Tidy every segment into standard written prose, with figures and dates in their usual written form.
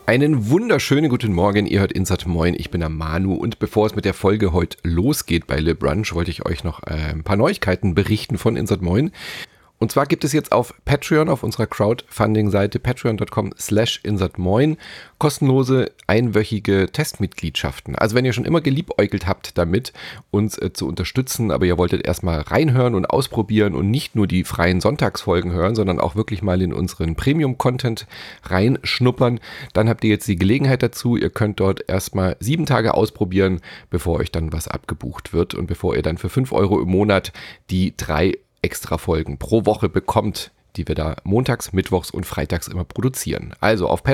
Einen wunderschönen guten Morgen, ihr hört Insert Moin, ich bin der Manu und bevor es mit der Folge heute losgeht bei Le Brunch, wollte ich euch noch ein paar Neuigkeiten berichten von Insert Moin. Und zwar gibt es jetzt auf Patreon, auf unserer Crowdfunding-Seite patreon.com/insertmoin kostenlose einwöchige Testmitgliedschaften. Also wenn ihr schon immer geliebäugelt habt damit, uns zu unterstützen, aber ihr wolltet erstmal reinhören und ausprobieren und nicht nur die freien Sonntagsfolgen hören, sondern auch wirklich mal in unseren Premium-Content reinschnuppern, dann habt ihr jetzt die Gelegenheit dazu. Ihr könnt dort erstmal 7 Tage ausprobieren, bevor euch dann was abgebucht wird und bevor ihr dann für 5 Euro im Monat die 3 extra Folgen pro Woche bekommt, die wir da montags, mittwochs und freitags immer produzieren. Also auf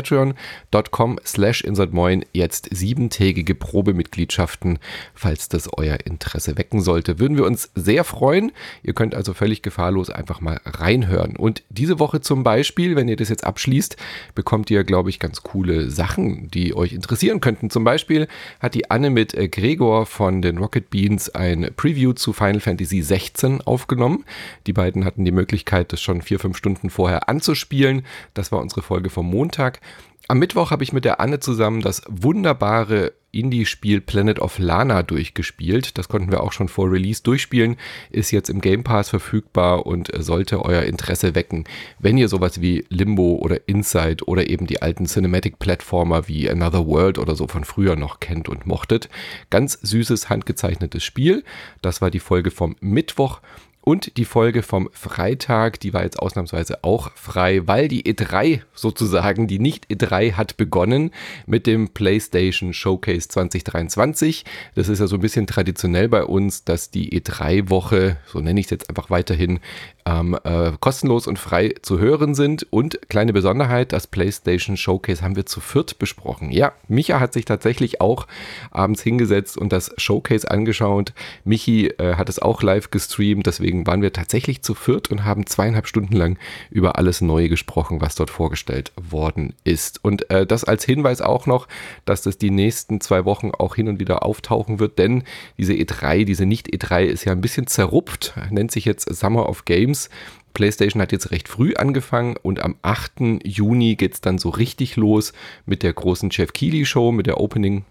patreon.com/insertmoin jetzt 7-tägige Probemitgliedschaften, falls das euer Interesse wecken sollte. Würden wir uns sehr freuen. Ihr könnt also völlig gefahrlos einfach mal reinhören. Und diese Woche zum Beispiel, wenn ihr das jetzt abschließt, bekommt ihr, glaube ich, ganz coole Sachen, die euch interessieren könnten. Zum Beispiel hat die Anne mit Gregor von den Rocket Beans ein Preview zu Final Fantasy 16 aufgenommen. Die beiden hatten die Möglichkeit, das schon 4-5 Stunden vorher anzuspielen. Das war unsere Folge vom Montag. Am Mittwoch habe ich mit der Anne zusammen das wunderbare Indie-Spiel Planet of Lana durchgespielt. Das konnten wir auch schon vor Release durchspielen, ist jetzt im Game Pass verfügbar und sollte euer Interesse wecken, wenn ihr sowas wie Limbo oder Inside oder eben die alten Cinematic-Plattformer wie Another World oder so von früher noch kennt und mochtet. Ganz süßes, handgezeichnetes Spiel. Das war die Folge vom Mittwoch. Und die Folge vom Freitag, die war jetzt ausnahmsweise auch frei, weil die E3 sozusagen, die Nicht-E3 hat begonnen mit dem PlayStation Showcase 2023. Das ist ja so ein bisschen traditionell bei uns, dass die E3-Woche, so nenne ich es jetzt einfach weiterhin, kostenlos und frei zu hören sind. Und kleine Besonderheit, das PlayStation Showcase haben wir zu viert besprochen. Ja, Micha hat sich tatsächlich auch abends hingesetzt und das Showcase angeschaut. Michi hat es auch live gestreamt, deswegen waren wir tatsächlich zu viert und haben 2,5 Stunden lang über alles Neue gesprochen, was dort vorgestellt worden ist. Und das als Hinweis auch noch, dass das die nächsten 2 Wochen auch hin und wieder auftauchen wird, denn diese E3, diese Nicht-E3 ist ja ein bisschen zerrupft, nennt sich jetzt Summer of Games. PlayStation hat jetzt recht früh angefangen und am 8. Juni geht es dann so richtig los mit der großen Jeff Keighley Show, mit der Opening.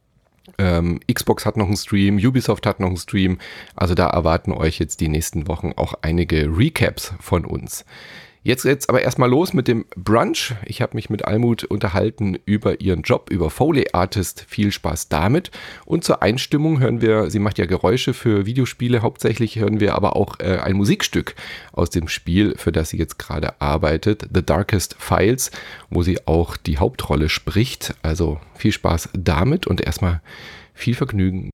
Xbox hat noch einen Stream, Ubisoft hat noch einen Stream, also da erwarten euch jetzt die nächsten Wochen auch einige Recaps von uns. Jetzt geht's aber erstmal los mit dem Brunch. Ich habe mich mit Almut unterhalten über ihren Job, über Foley Artist. Viel Spaß damit. Und zur Einstimmung hören wir, sie macht ja Geräusche für Videospiele, hauptsächlich hören wir aber auch ein Musikstück aus dem Spiel, für das sie jetzt gerade arbeitet, The Darkest Files, wo sie auch die Hauptrolle spricht. Also viel Spaß damit und erstmal viel Vergnügen.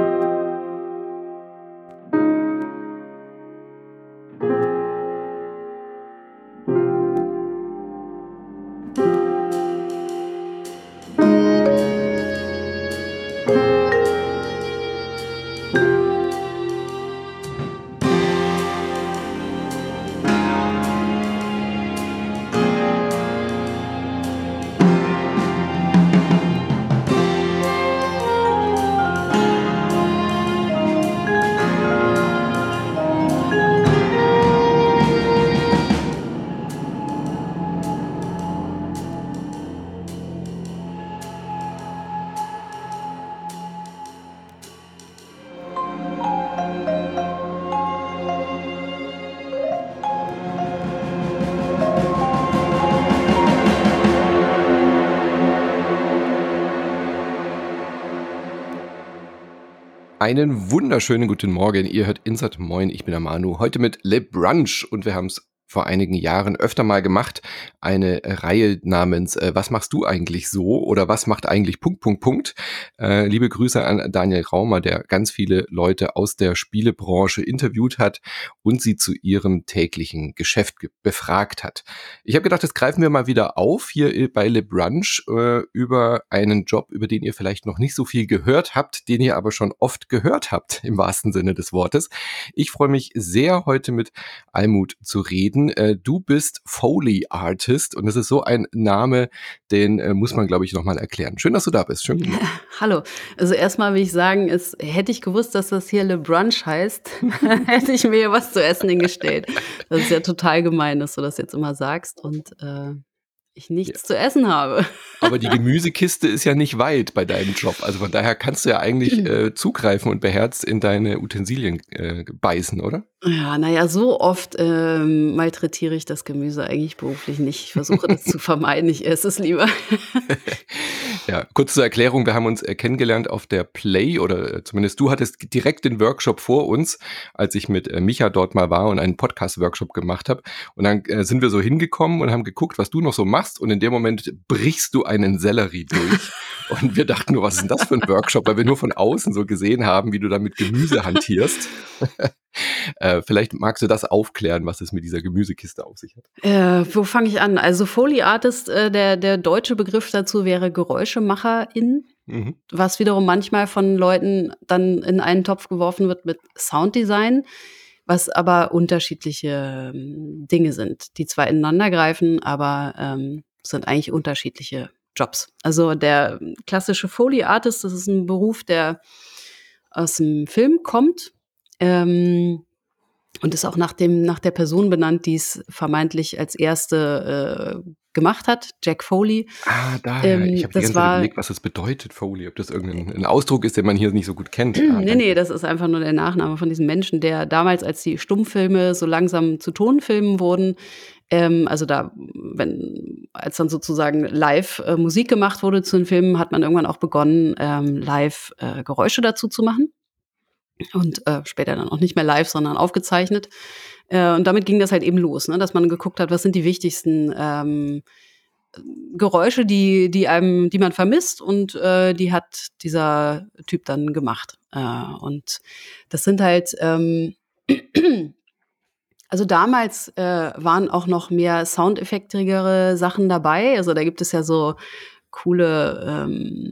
Einen wunderschönen guten Morgen, ihr hört Insert Moin, ich bin der Manu, heute mit Le Brunch und wir haben es vor einigen Jahren öfter mal gemacht, eine Reihe namens Was machst du eigentlich so oder was macht eigentlich ... Liebe Grüße an Daniel Raumer, der ganz viele Leute aus der Spielebranche interviewt hat und sie zu ihrem täglichen Geschäft befragt hat. Ich habe gedacht, das greifen wir mal wieder auf hier bei Le Brunch über einen Job, über den ihr vielleicht noch nicht so viel gehört habt, den ihr aber schon oft gehört habt, im wahrsten Sinne des Wortes. Ich freue mich sehr, heute mit Almut zu reden. Du bist Foley Artist und das ist so ein Name, den muss man, glaube ich, nochmal erklären. Schön, dass du da bist. Schön. Hallo. Also erstmal will ich sagen, hätte ich gewusst, dass das hier Le Brunch heißt, hätte ich mir hier was zu essen hingestellt. Das ist ja total gemein, dass du das jetzt immer sagst. Und ich nichts zu essen habe. Aber die Gemüsekiste ist ja nicht weit bei deinem Job. Also von daher kannst du ja eigentlich zugreifen und beherzt in deine Utensilien beißen, oder? Ja, naja, so oft malträtiere ich das Gemüse eigentlich beruflich nicht. Ich versuche das zu vermeiden, ich esse es lieber. Ja, kurz zur Erklärung, wir haben uns kennengelernt auf der Play oder zumindest du hattest direkt den Workshop vor uns, als ich mit Micha dort mal war und einen Podcast-Workshop gemacht habe. Und dann sind wir so hingekommen und haben geguckt, was du noch so machst und in dem Moment brichst du einen Sellerie durch. Und wir dachten nur, was ist denn das für ein Workshop, weil wir nur von außen so gesehen haben, wie du da mit Gemüse hantierst. Vielleicht magst du das aufklären, was es mit dieser Gemüsekiste auf sich hat. Wo fange ich an? Also Foley Artist, der deutsche Begriff dazu wäre Geräuschemacherin, Mhm. was wiederum manchmal von Leuten dann in einen Topf geworfen wird mit Sounddesign, was aber unterschiedliche Dinge sind, die zwar ineinander greifen, aber sind eigentlich unterschiedliche Jobs. Also der klassische Foley Artist, das ist ein Beruf, der aus dem Film kommt. Und ist auch nach der Person benannt, die es vermeintlich als erste gemacht hat, Jack Foley. Ah, daher. Ich habe die Das ganze Zeit war überlegt, was das bedeutet, Foley. Ob das irgendein ein Ausdruck ist, den man hier nicht so gut kennt. Ah, nee, danke. das ist einfach nur der Nachname von diesem Menschen, der damals, als die Stummfilme so langsam zu Tonfilmen wurden, also als dann sozusagen live Musik gemacht wurde zu den Filmen, hat man irgendwann auch begonnen, live Geräusche dazu zu machen. Und später dann auch nicht mehr live, sondern aufgezeichnet. Und damit ging das halt eben los, ne? Dass man geguckt hat, was sind die wichtigsten Geräusche, die man vermisst, und die hat dieser Typ dann gemacht. Und das sind halt also damals waren auch noch mehr soundeffektigere Sachen dabei. Also da gibt es ja so coole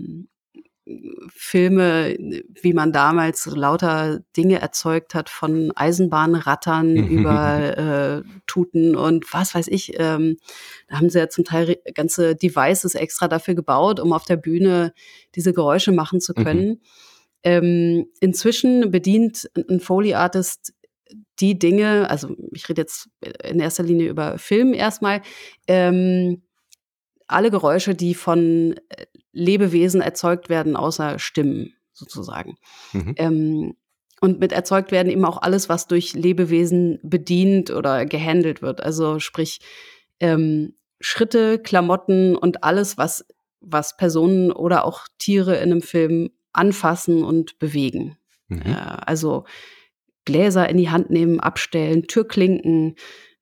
Filme, wie man damals so lauter Dinge erzeugt hat, von Eisenbahnrattern über Tuten und was weiß ich. Da haben sie ja zum Teil ganze Devices extra dafür gebaut, um auf der Bühne diese Geräusche machen zu können. Inzwischen bedient ein Foley Artist die Dinge, also ich rede jetzt in erster Linie über Film erstmal, alle Geräusche, die von Lebewesen erzeugt werden, außer Stimmen sozusagen. Mhm. Und mit erzeugt werden eben auch alles, was durch Lebewesen bedient oder gehandelt wird. Also sprich Schritte, Klamotten und alles, was Personen oder auch Tiere in einem Film anfassen und bewegen. Mhm. Also Gläser in die Hand nehmen, abstellen, Türklinken,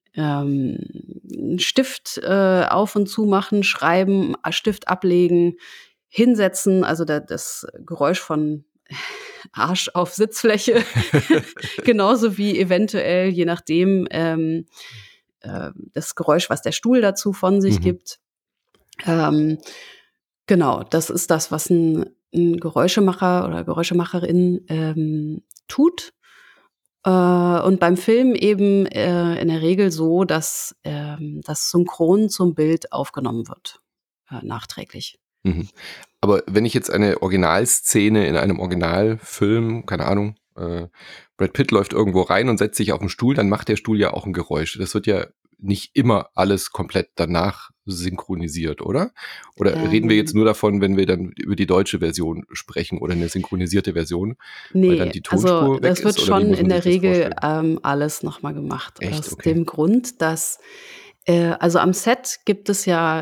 Stift auf und zu machen, schreiben, Stift ablegen, hinsetzen, also das Geräusch von Arsch auf Sitzfläche, genauso wie eventuell, je nachdem, das Geräusch, was der Stuhl dazu von sich Mhm. gibt. Ähm, genau, das ist das, was ein Geräuschemacher oder Geräuschemacherin tut. Und beim Film eben in der Regel so, dass das synchron zum Bild aufgenommen wird, nachträglich. Mhm. Aber wenn ich jetzt eine Originalszene in einem Originalfilm, keine Ahnung, Brad Pitt läuft irgendwo rein und setzt sich auf den Stuhl, dann macht der Stuhl ja auch ein Geräusch. Das wird ja nicht immer alles komplett danach synchronisiert, oder? Oder reden wir jetzt Ähm, nur davon, wenn wir dann über die deutsche Version sprechen oder eine synchronisierte Version, weil dann Ne, die also Tonspur weg das wird ist? Oder wie schon muss in man sich der das Regel vorstellen? alles noch mal gemacht. Echt? Aus Okay. dem Grund, dass also am Set gibt es ja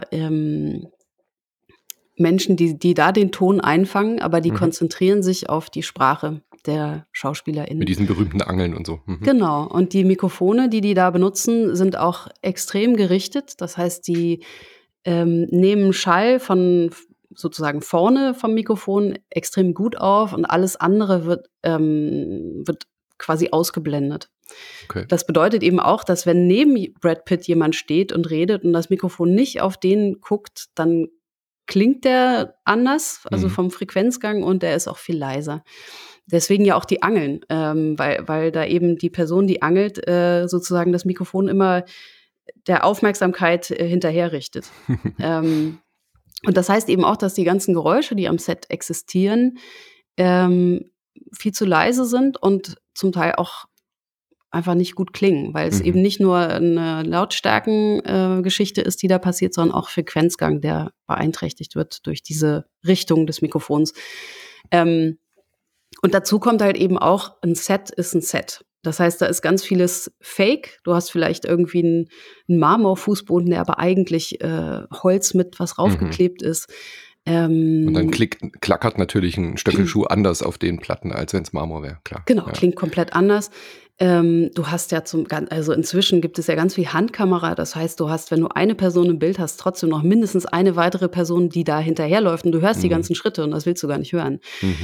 Menschen, die da den Ton einfangen, aber die Mhm. konzentrieren sich auf die Sprache der Mit SchauspielerInnen. diesen berühmten Angeln und so. Mhm. Genau. Und die Mikrofone, die da benutzen, sind auch extrem gerichtet. Das heißt, die nehmen Schall von sozusagen vorne vom Mikrofon extrem gut auf, und alles andere wird quasi ausgeblendet. Okay. Das bedeutet eben auch, dass wenn neben Brad Pitt jemand steht und redet und das Mikrofon nicht auf den guckt, dann klingt der anders, also Mhm. vom Frequenzgang, und der ist auch viel leiser. Deswegen ja auch die Angeln, weil da eben die Person, die angelt, sozusagen das Mikrofon immer der Aufmerksamkeit hinterher richtet. Ähm, und das heißt eben auch, dass die ganzen Geräusche, die am Set existieren, viel zu leise sind und zum Teil auch einfach nicht gut klingen, weil es eben nicht nur eine Lautstärkengeschichte ist, die da passiert, sondern auch Frequenzgang, der beeinträchtigt wird durch diese Richtung des Mikrofons. Und dazu kommt halt eben auch, ein Set ist ein Set. Das heißt, da ist ganz vieles Fake. Du hast vielleicht irgendwie einen Marmorfußboden, der aber eigentlich Holz mit was raufgeklebt ist. Und dann klackert natürlich ein Stöckelschuh anders auf den Platten, als wenn es Marmor wäre, klar. Genau, klingt komplett anders. Du hast ja also inzwischen gibt es ja ganz viel Handkamera. Das heißt, du hast, wenn du eine Person im Bild hast, trotzdem noch mindestens eine weitere Person, die da hinterherläuft und du hörst die ganzen Schritte und das willst du gar nicht hören.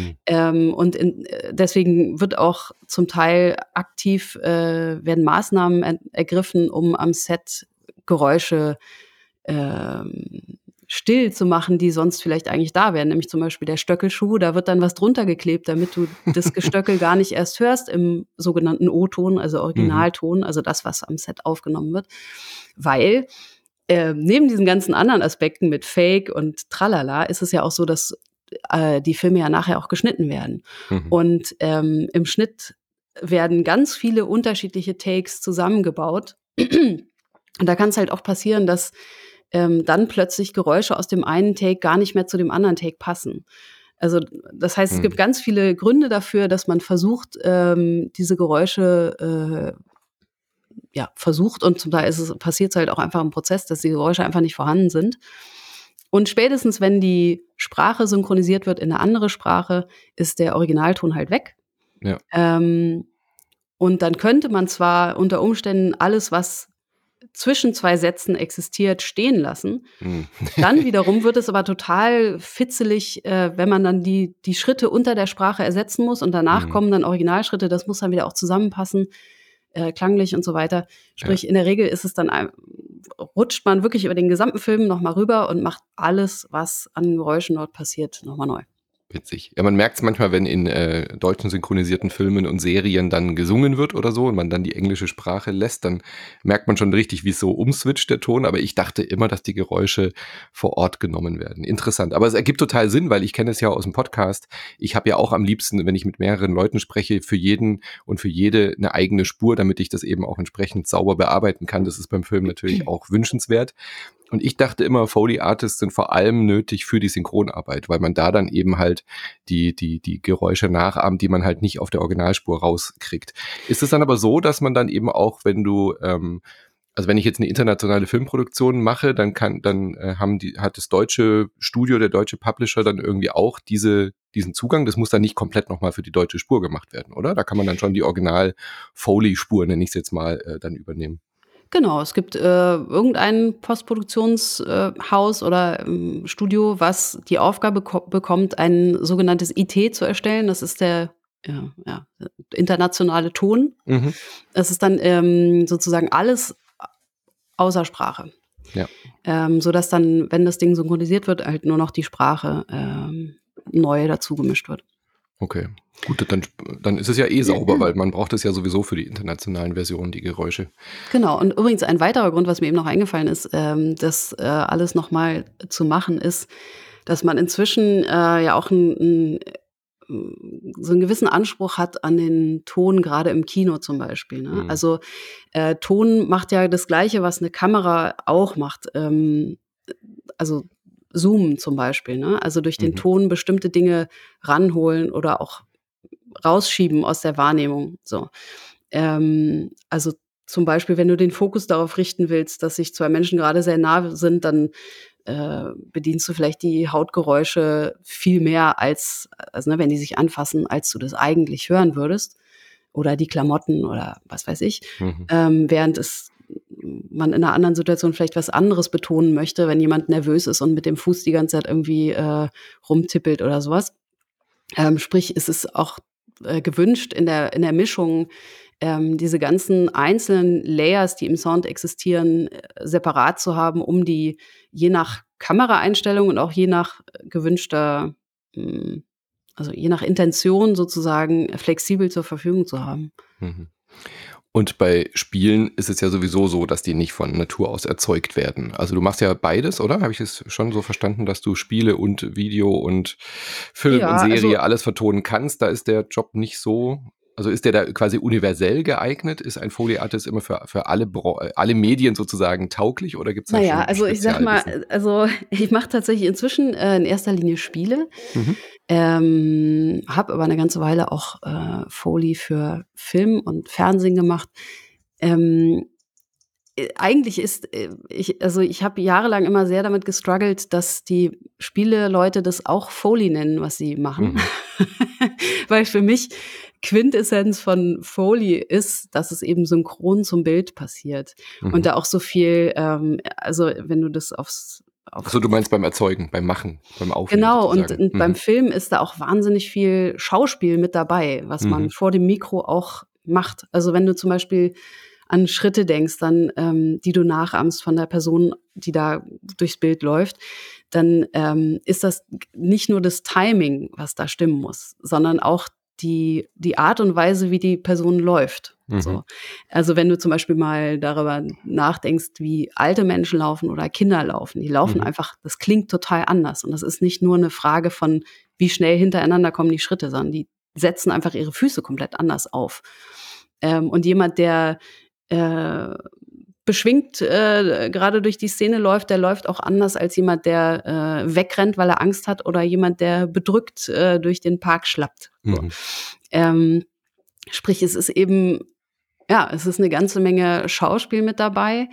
Deswegen wird auch zum Teil aktiv werden Maßnahmen ergriffen, um am Set Geräusche still zu machen, die sonst vielleicht eigentlich da wären, nämlich zum Beispiel der Stöckelschuh, da wird dann was drunter geklebt, damit du das Gestöckel gar nicht erst hörst im sogenannten O-Ton, also Originalton, also das, was am Set aufgenommen wird, weil neben diesen ganzen anderen Aspekten mit Fake und Tralala ist es ja auch so, dass die Filme ja nachher auch geschnitten werden. Und im Schnitt werden ganz viele unterschiedliche Takes zusammengebaut und da kann es halt auch passieren, dass dann plötzlich Geräusche aus dem einen Take gar nicht mehr zu dem anderen Take passen. Also das heißt, es gibt ganz viele Gründe dafür, dass man versucht, diese Geräusche versucht und zum Teil passiert es halt auch einfach im Prozess, dass die Geräusche einfach nicht vorhanden sind. Und spätestens, wenn die Sprache synchronisiert wird in eine andere Sprache, ist der Originalton halt weg. Ja. Und dann könnte man zwar unter Umständen alles, was zwischen zwei Sätzen existiert, stehen lassen. Dann wiederum wird es aber total fitzelig, wenn man dann die Schritte unter der Sprache ersetzen muss und danach kommen dann Originalschritte, das muss dann wieder auch zusammenpassen, klanglich und so weiter. Sprich, in der Regel ist es dann, rutscht man wirklich über den gesamten Film nochmal rüber und macht alles, was an Geräuschen dort passiert, nochmal neu. Witzig. Ja, man merkt es manchmal, wenn in deutschen synchronisierten Filmen und Serien dann gesungen wird oder so und man dann die englische Sprache lässt, dann merkt man schon richtig, wie es so umswitcht, der Ton. Aber ich dachte immer, dass die Geräusche vor Ort genommen werden. Interessant. Aber es ergibt total Sinn, weil ich kenne es ja aus dem Podcast. Ich habe ja auch am liebsten, wenn ich mit mehreren Leuten spreche, für jeden und für jede eine eigene Spur, damit ich das eben auch entsprechend sauber bearbeiten kann. Das ist beim Film natürlich auch wünschenswert. Und ich dachte immer, Foley Artists sind vor allem nötig für die Synchronarbeit, weil man da dann eben halt die Geräusche nachahmt, die man halt nicht auf der Originalspur rauskriegt. Ist es dann aber so, dass man dann eben auch, wenn du, also wenn ich jetzt eine internationale Filmproduktion mache, dann hat das deutsche Studio, der deutsche Publisher dann irgendwie auch diesen Zugang. Das muss dann nicht komplett nochmal für die deutsche Spur gemacht werden, oder? Da kann man dann schon die Original-Foley-Spur, nenne ich es jetzt mal, dann übernehmen. Genau, es gibt irgendein Postproduktionshaus oder Studio, was die Aufgabe bekommt, ein sogenanntes IT zu erstellen. Das ist der internationale Ton. Das ist dann sozusagen alles außer Sprache. Ja. Sodass dann, wenn das Ding synchronisiert wird, halt nur noch die Sprache neu dazu gemischt wird. Okay, gut, dann ist es ja sauber, weil man braucht es ja sowieso für die internationalen Versionen, die Geräusche. Genau, und übrigens ein weiterer Grund, was mir eben noch eingefallen ist, das alles nochmal zu machen, ist, dass man inzwischen ja auch so einen gewissen Anspruch hat an den Ton, gerade im Kino zum Beispiel. Ne? Also Ton macht ja das Gleiche, was eine Kamera auch macht. Also Zoomen zum Beispiel, ne? Also durch den Ton bestimmte Dinge ranholen oder auch rausschieben aus der Wahrnehmung. So. Also zum Beispiel, wenn du den Fokus darauf richten willst, dass sich zwei Menschen gerade sehr nah sind, dann bedienst du vielleicht die Hautgeräusche viel mehr als wenn die sich anfassen, als du das eigentlich hören würdest. Oder die Klamotten oder was weiß ich. Während man in einer anderen Situation vielleicht was anderes betonen möchte, wenn jemand nervös ist und mit dem Fuß die ganze Zeit irgendwie rumtippelt oder sowas. Sprich, ist es auch gewünscht in der Mischung, diese ganzen einzelnen Layers, die im Sound existieren, separat zu haben, um die je nach Kameraeinstellung und auch je nach gewünschter, also je nach Intention sozusagen flexibel zur Verfügung zu haben. Und bei Spielen ist es ja sowieso so, dass die nicht von Natur aus erzeugt werden. Also du machst ja beides, oder? Habe ich es schon so verstanden, dass du Spiele und Video und Film und Serie alles vertonen kannst? Da ist der Job nicht so, Also ist der da quasi universell geeignet? Ist ein Foley Artist immer für alle Medien sozusagen tauglich oder gibt es da Naja, schon also ich sag mal, Spezialwissen? ich mache tatsächlich inzwischen in erster Linie Spiele, Mhm. habe aber eine ganze Weile auch Foley für Film und Fernsehen gemacht. Ähm, Eigentlich ist ich habe jahrelang immer sehr damit gestruggelt, dass die Spieleleute das auch Foley nennen, was sie machen. Mhm. Weil für mich Quintessenz von Foley ist, dass es eben synchron zum Bild passiert und Mhm. da auch so viel, also wenn du das auf Achso, du meinst beim Erzeugen, beim Machen, beim Aufnehmen genau, und sozusagen. und beim Mhm. Film ist da auch wahnsinnig viel Schauspiel mit dabei, was man Mhm. vor dem Mikro auch macht. Also, wenn du zum Beispiel an Schritte denkst, dann, die du nachahmst von der Person, die da durchs Bild läuft, dann, ist das nicht nur das Timing, was da stimmen muss, sondern auch die Art und Weise, wie die Person läuft, Mhm. so. Also, wenn du zum Beispiel mal darüber nachdenkst, wie alte Menschen laufen oder Kinder laufen, die laufen Mhm. einfach, das klingt total anders. Und das ist nicht nur eine Frage von, wie schnell hintereinander kommen die Schritte, sondern die setzen einfach ihre Füße komplett anders auf. Und jemand, der äh, beschwingt grade durch die Szene läuft, der läuft auch anders als jemand, der wegrennt, weil er Angst hat, oder jemand, der bedrückt durch den Park schlappt, so. Mhm. Ähm, Sprich, es ist eben, ja, es ist eine ganze Menge Schauspiel mit dabei.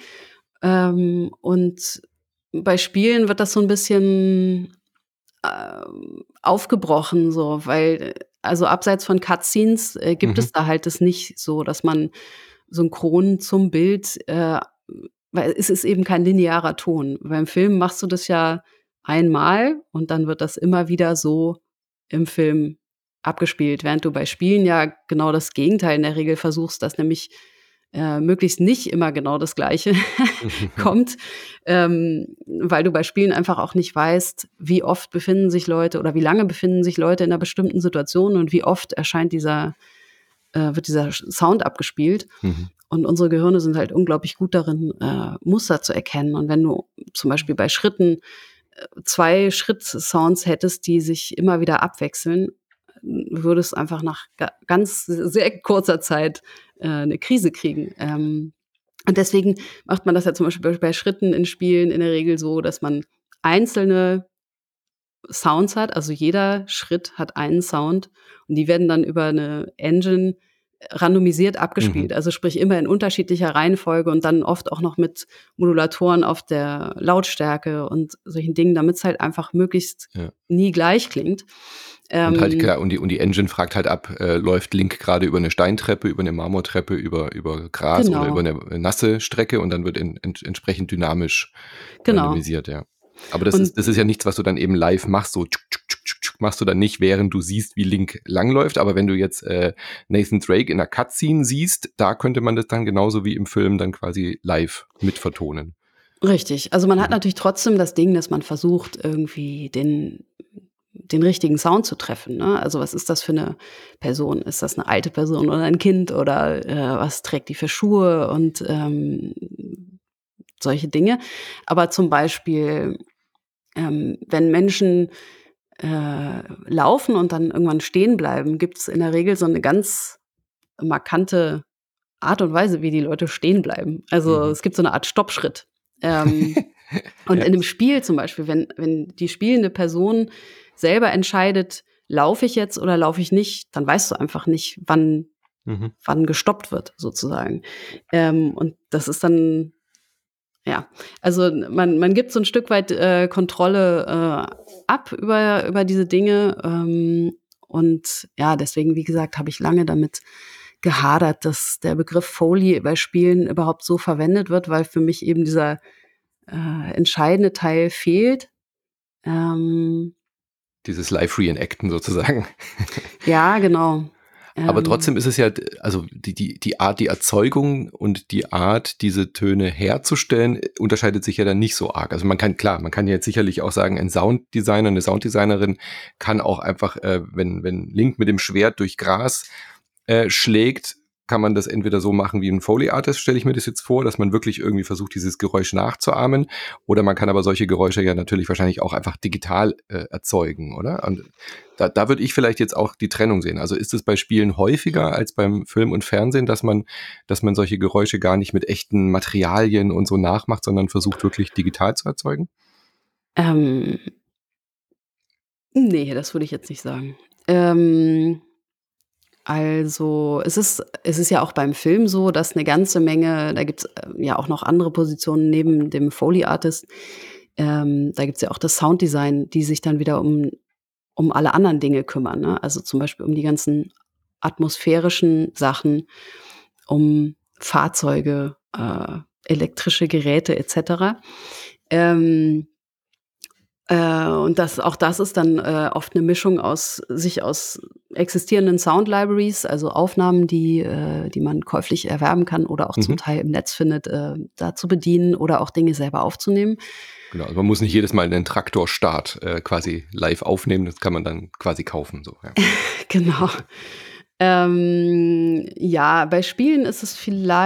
Und bei Spielen wird das so ein bisschen aufgebrochen, so, weil also abseits von Cutscenes gibt Mhm. es da halt das nicht so, dass man synchron zum Bild, weil es ist eben kein linearer Ton. Beim Film machst du das ja einmal und dann wird das immer wieder so im Film abgespielt, während du bei Spielen ja genau das Gegenteil in der Regel versuchst, dass nämlich möglichst nicht immer genau das Gleiche Mhm. kommt, weil du bei Spielen einfach auch nicht weißt, wie oft befinden sich Leute oder wie lange befinden sich Leute in einer bestimmten Situation und wie oft wird dieser Sound abgespielt. Mhm. Und unsere Gehirne sind halt unglaublich gut darin, Muster zu erkennen. Und wenn du zum Beispiel bei Schritten 2 Schritt-Sounds hättest, die sich immer wieder abwechseln, würdest einfach nach ganz sehr kurzer Zeit 'ne Krise kriegen. Und deswegen macht man das ja zum Beispiel bei Schritten in Spielen in der Regel so, dass man einzelne Sounds hat. Also, jeder Schritt hat einen Sound und die werden dann über 'ne Engine randomisiert Mhm. abgespielt. Also, sprich immer in unterschiedlicher Reihenfolge und dann oft auch noch mit Modulatoren auf der Lautstärke und solchen Dingen, damit's halt einfach möglichst Ja. nie gleich klingt. Und halt Ähm, klar, und die Engine fragt halt ab, läuft Link gerade über eine Steintreppe, über eine Marmortreppe, über Gras oder über genau. eine nasse Strecke und dann wird entsprechend dynamisch Genau. randomisiert, ja. Aber das Und ist ja nichts, was du dann eben live machst, so tschuk, tschuk, tschuk, tschuk, tschuk, machst du dann nicht, während du siehst, wie Link langläuft. Aber wenn du jetzt Nathan Drake in 'ner Cutscene siehst, da könnte man das dann genauso wie im Film dann quasi live mit vertonen. richtig. Also, man hat Mhm. natürlich trotzdem das Ding, dass man versucht, irgendwie den richtigen Sound zu treffen, ne? Also, was ist das für 'ne Person? Ist das 'ne alte Person oder 'n Kind oder was trägt die für Schuhe und solche Dinge. Aber zum Beispiel, wenn Menschen laufen und dann irgendwann stehen bleiben, gibt's in der Regel so 'ne ganz markante Art und Weise, wie die Leute stehen bleiben. Also, Mhm. es gibt so 'ne Art Stoppschritt. Und Ja. in 'nem Spiel zum Beispiel, wenn die spielende Person selber entscheidet: „Laufe ich jetzt oder laufe ich nicht?", dann weißt du einfach nicht, Mhm. wann gestoppt wird sozusagen. Und das ist dann, ja, also man gibt so 'n Stück weit Kontrolle ab über diese Dinge. Und ja, deswegen, wie gesagt, habe ich lange damit gehadert, dass der Begriff Foley bei Spielen überhaupt so verwendet wird, weil für mich eben dieser entscheidende Teil fehlt. Ähm, Dieses Live-Reenacten sozusagen. ja, genau. Aber Ähm, trotzdem ist es ja, also die Art, die Erzeugung und die Art, diese Töne herzustellen, unterscheidet sich ja dann nicht so arg. Also man kann jetzt sicherlich auch sagen, ein Sounddesigner, eine Sounddesignerin kann auch einfach, wenn Link mit dem Schwert durch Gras schlägt, kann man das entweder so machen wie ein Foley-Artist, stelle ich mir das jetzt vor, dass man wirklich irgendwie versucht, dieses Geräusch nachzuahmen. Oder man kann aber solche Geräusche ja natürlich wahrscheinlich auch einfach digital erzeugen, oder? Und da würde ich vielleicht jetzt auch die Trennung sehen. Also ist es bei Spielen häufiger als beim Film und Fernsehen, dass man solche Geräusche gar nicht mit echten Materialien und so nachmacht, sondern versucht wirklich digital zu erzeugen? Ähm, ne, das würde ich jetzt nicht sagen. Also, es ist ja auch beim Film so, dass eine ganze Menge da gibt's, ja auch noch andere Positionen neben dem Foley Artist. Da gibt's ja auch das Sounddesign, die sich dann wieder um alle anderen Dinge kümmern, ne? Also, zum Beispiel um die ganzen atmosphärischen Sachen, um Fahrzeuge, elektrische Geräte et cetera. Ähm und das ist dann, oft eine Mischung aus existierenden Sound Libraries, also Aufnahmen, die man käuflich erwerben kann oder auch zum Mhm. Teil im Netz findet, da zu bedienen oder auch Dinge selber aufzunehmen. Genau, also man muss nicht jedes Mal einen Traktorstart quasi live aufnehmen, das kann man dann quasi kaufen, so, ja. Genau. Ja, bei Spielen ist es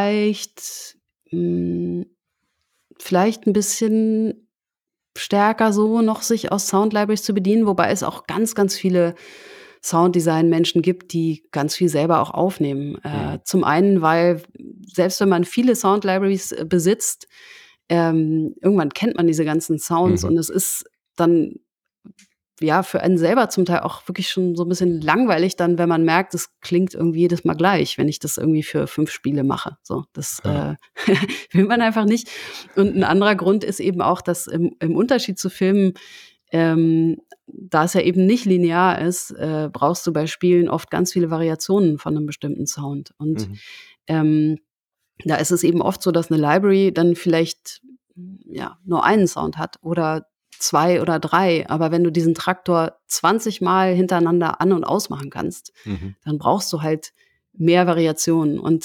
hm, vielleicht ein bisschen stärker so noch sich aus Sound Libraries zu bedienen, wobei es auch ganz, ganz viele Sounddesign-Menschen gibt, die ganz viel selber auch aufnehmen. Mhm. Zum einen, weil selbst wenn man viele Sound Libraries, besitzt, irgendwann kennt man diese ganzen Sounds Mhm. und es ist dann, ja, für einen selber zum Teil auch wirklich schon so 'n bisschen langweilig dann, wenn man merkt, es klingt irgendwie jedes Mal gleich, wenn ich das irgendwie für 5 Spiele mache. So, das, Ja. will man einfach nicht. Und 'n anderer Grund ist eben auch, dass im Unterschied zu Filmen, da es ja eben nicht linear ist, brauchst du bei Spielen oft ganz viele Variationen von 'nem bestimmten Sound. Und, Mhm. ähm, da ist es eben oft so, dass 'ne Library dann vielleicht, ja, nur einen Sound hat oder 2 oder 3. Aber wenn du diesen Traktor 20 Mal hintereinander an und ausmachen kannst, Mhm. dann brauchst du halt mehr Variationen. Und,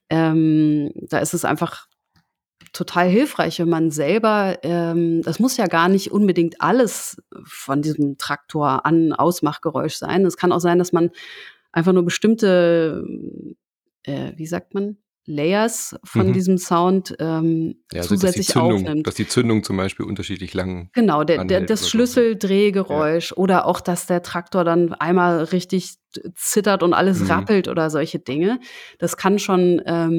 da ist es einfach total hilfreich, wenn man selber das muss ja gar nicht unbedingt alles von diesem Traktor An Ausmachgeräusch sein. Es kann auch sein, dass man einfach nur bestimmte, wie sagt man, Layers von Mhm. diesem Sound, Ja, also zusätzlich aufnimmt. dass die Zündung zum Beispiel unterschiedlich lang Genau, anhält das oder so, ja. Ja. Schlüsseldrehgeräusch oder auch, dass der Traktor dann einmal richtig zittert und alles Mhm. rappelt oder solche Dinge. Das kann schon,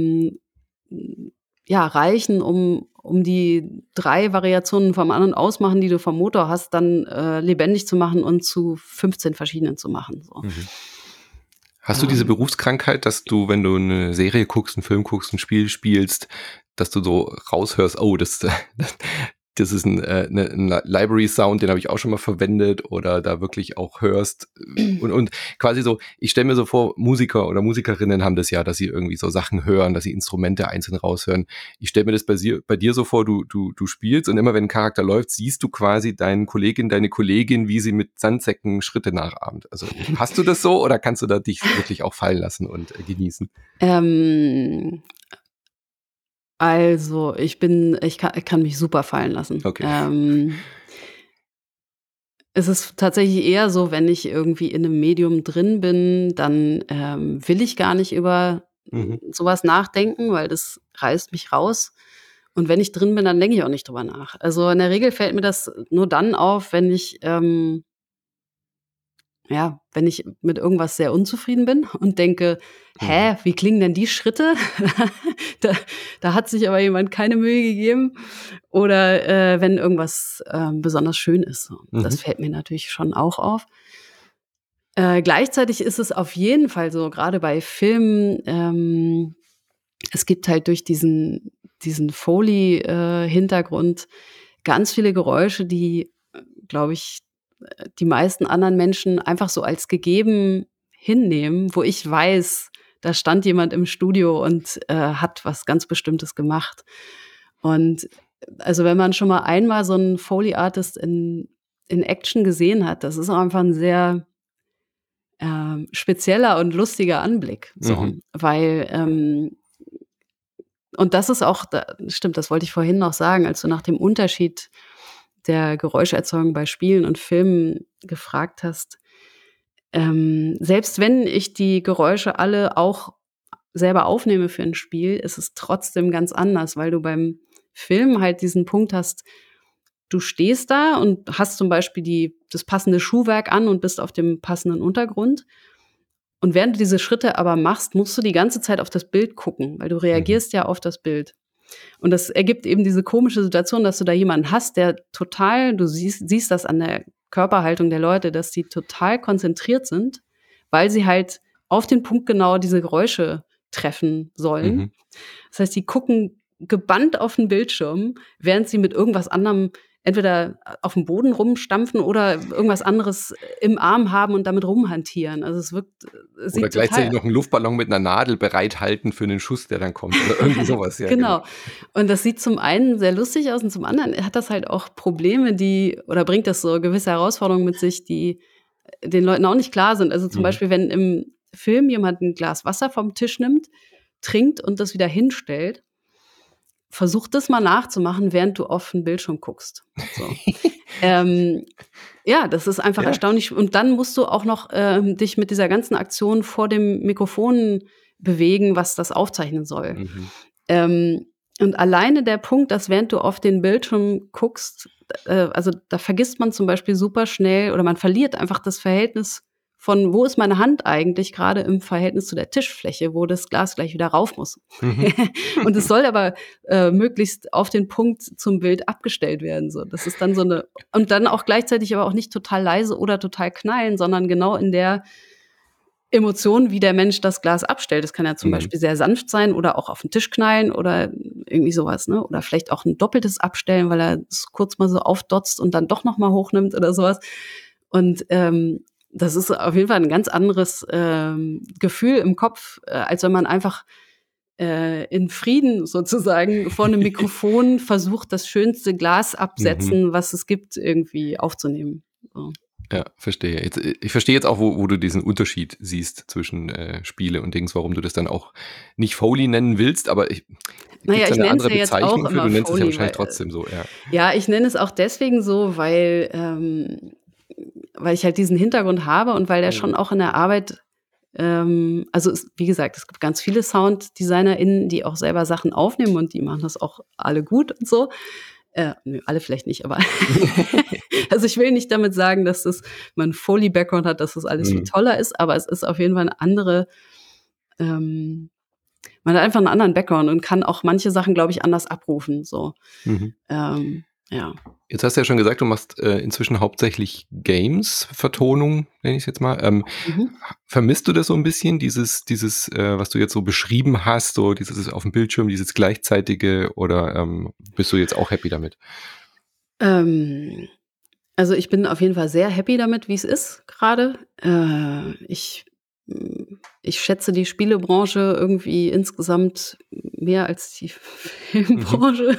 hm, ja, reichen, um die 3 Variationen vom An und Ausmachen, die du vom Motor hast, dann, lebendig zu machen und zu 15 verschiedenen zu machen, so. Mhm. Hast du diese Ähm Berufskrankheit, dass du, wenn du eine Serie guckst, einen Film guckst, ein Spiel spielst, dass du so raushörst: „Oh, das ist ein 'n Library-Sound, den habe ich auch schon mal verwendet“, oder da wirklich auch hörst, und quasi so ich stelle mir so vor, Musiker oder Musikerinnen haben das ja, dass sie irgendwie so Sachen hören, dass sie Instrumente einzeln raushören. Ich stelle mir das bei dir so vor, du spielst und immer wenn 'n Charakter läuft, siehst du quasi deine Kollegin, wie sie mit Sandsäcken Schritte nachahmt. Also, hast du das so oder kannst du da dich wirklich auch fallen lassen und, genießen? ähm, also, ich kann mich super fallen lassen. Okay. Es ist tatsächlich eher so, wenn ich irgendwie in 'nem Medium drin bin, dann, will ich gar nicht über Mhm. so was nachdenken, weil das reißt mich raus. Und wenn ich drin bin, dann denke ich auch nicht drüber nach. Also, in der Regel fällt mir das nur dann auf, wenn ich, ja, wenn ich mit irgendwas sehr unzufrieden bin und denke: Mhm. „Hä, wie klingen denn die Schritte? Da da hat sich aber jemand keine Mühe gegeben.“ Oder, wenn irgendwas, besonders schön ist so. Das Mhm. fällt mir natürlich schon auch auf. Gleichzeitig ist es auf jeden Fall so, grade bei Filmen, es gibt halt durch diesen Foley, Hintergrund ganz viele Geräusche, die, glaube ich, die meisten anderen Menschen einfach so als gegeben hinnehmen, wo ich weiß, da stand jemand im Studio und, hat was ganz Bestimmtes gemacht. Und, also, wenn man schon mal einmal so 'n Foley Artist in Action gesehen hat, das ist auch einfach 'n sehr, spezieller und lustiger Anblick, so, Mhm. weil, und das ist auch da stimmt, das wollte ich vorhin noch sagen, als du nach dem Unterschied der Geräuscherzeugung bei Spielen und Filmen gefragt hast. Selbst wenn ich die Geräusche alle auch selber aufnehme für ein Spiel, ist es trotzdem ganz anders, weil du beim Film halt diesen Punkt hast, du stehst da und hast zum Beispiel das passende Schuhwerk an und bist auf dem passenden Untergrund. Und während du diese Schritte aber machst, musst du die ganze Zeit auf das Bild gucken, weil du reagierst ja auf das Bild. Und das ergibt eben diese komische Situation, dass du da jemanden hast, der total, du siehst das an der Körperhaltung der Leute, dass die total konzentriert sind, weil sie halt auf den Punkt genau diese Geräusche treffen sollen. Mhm. Das heißt, die gucken gebannt auf den Bildschirm, während sie mit irgendwas anderem entweder auf dem Boden rumstampfen oder irgendwas anderes im Arm haben und damit rumhantieren. Also es Oder sieht gleichzeitig total noch einen Luftballon mit einer Nadel bereithalten für einen Schuss, der dann kommt oder irgendwie sowas. Ja, genau. genau. Und das sieht zum einen sehr lustig aus und zum anderen hat das halt auch Probleme, oder bringt das so gewisse Herausforderungen mit sich, die den Leuten auch nicht klar sind. Also zum Beispiel, wenn im Film jemand ein Glas Wasser vom Tisch nimmt, trinkt und das wieder hinstellt, versuch das mal nachzumachen, während du auf den Bildschirm guckst. So. Ja, das ist einfach Ja. erstaunlich. Und dann musst du auch noch dich mit dieser ganzen Aktion vor dem Mikrofon bewegen, was das aufzeichnen soll. Und alleine der Punkt, dass während du auf den Bildschirm guckst, also da vergisst man zum Beispiel super schnell oder man verliert einfach das Verhältnis von, wo ist meine Hand eigentlich gerade im Verhältnis zu der Tischfläche, wo das Glas gleich wieder rauf muss. Und es soll aber möglichst auf den Punkt zum Bild abgestellt werden. So. Das ist dann und dann auch gleichzeitig aber auch nicht total leise oder total knallen, sondern genau in der Emotion, wie der Mensch das Glas abstellt. Das kann ja zum Beispiel sehr sanft sein oder auch auf den Tisch knallen oder irgendwie sowas, ne? Oder vielleicht auch ein doppeltes Abstellen, weil er es kurz mal so aufdotzt und dann doch noch mal hochnimmt oder sowas. Und das ist auf jeden Fall ein ganz anderes Gefühl im Kopf, als wenn man einfach in Frieden sozusagen vor einem Mikrofon versucht, das schönste Glas absetzen, was es gibt, irgendwie aufzunehmen. So. Ja, verstehe. Ich verstehe jetzt auch, wo du diesen Unterschied siehst zwischen Spiele und Dings, warum du das dann auch nicht Foley nennen willst, aber gibt's Naja, ich eine nenne es andere ja jetzt auch Bezeichnung für? immer Du nennst es ja Foley, wahrscheinlich weil, trotzdem so, ja. ja, ich nenne es auch deswegen so, weil ich halt diesen Hintergrund habe und weil der schon auch in der Arbeit, wie gesagt, es gibt ganz viele SounddesignerInnen, die auch selber Sachen aufnehmen und die machen das auch alle gut und so. Nö, alle vielleicht nicht, aber also ich will nicht damit sagen, dass man einen Foley-Background hat, dass das alles viel toller ist, aber es ist auf jeden Fall eine andere, man hat einfach einen anderen Background und kann auch manche Sachen, glaube ich, anders abrufen. So. Ja. Jetzt hast du ja schon gesagt, du machst inzwischen hauptsächlich Games-Vertonung, nenne ich es jetzt mal. Vermisst du das so ein bisschen, dieses, was du jetzt so beschrieben hast, so dieses auf dem Bildschirm, dieses gleichzeitige, oder bist du jetzt auch happy damit? Also ich bin auf jeden Fall sehr happy damit, wie es ist gerade. Ich schätze die Spielebranche irgendwie insgesamt mehr als die Filmbranche.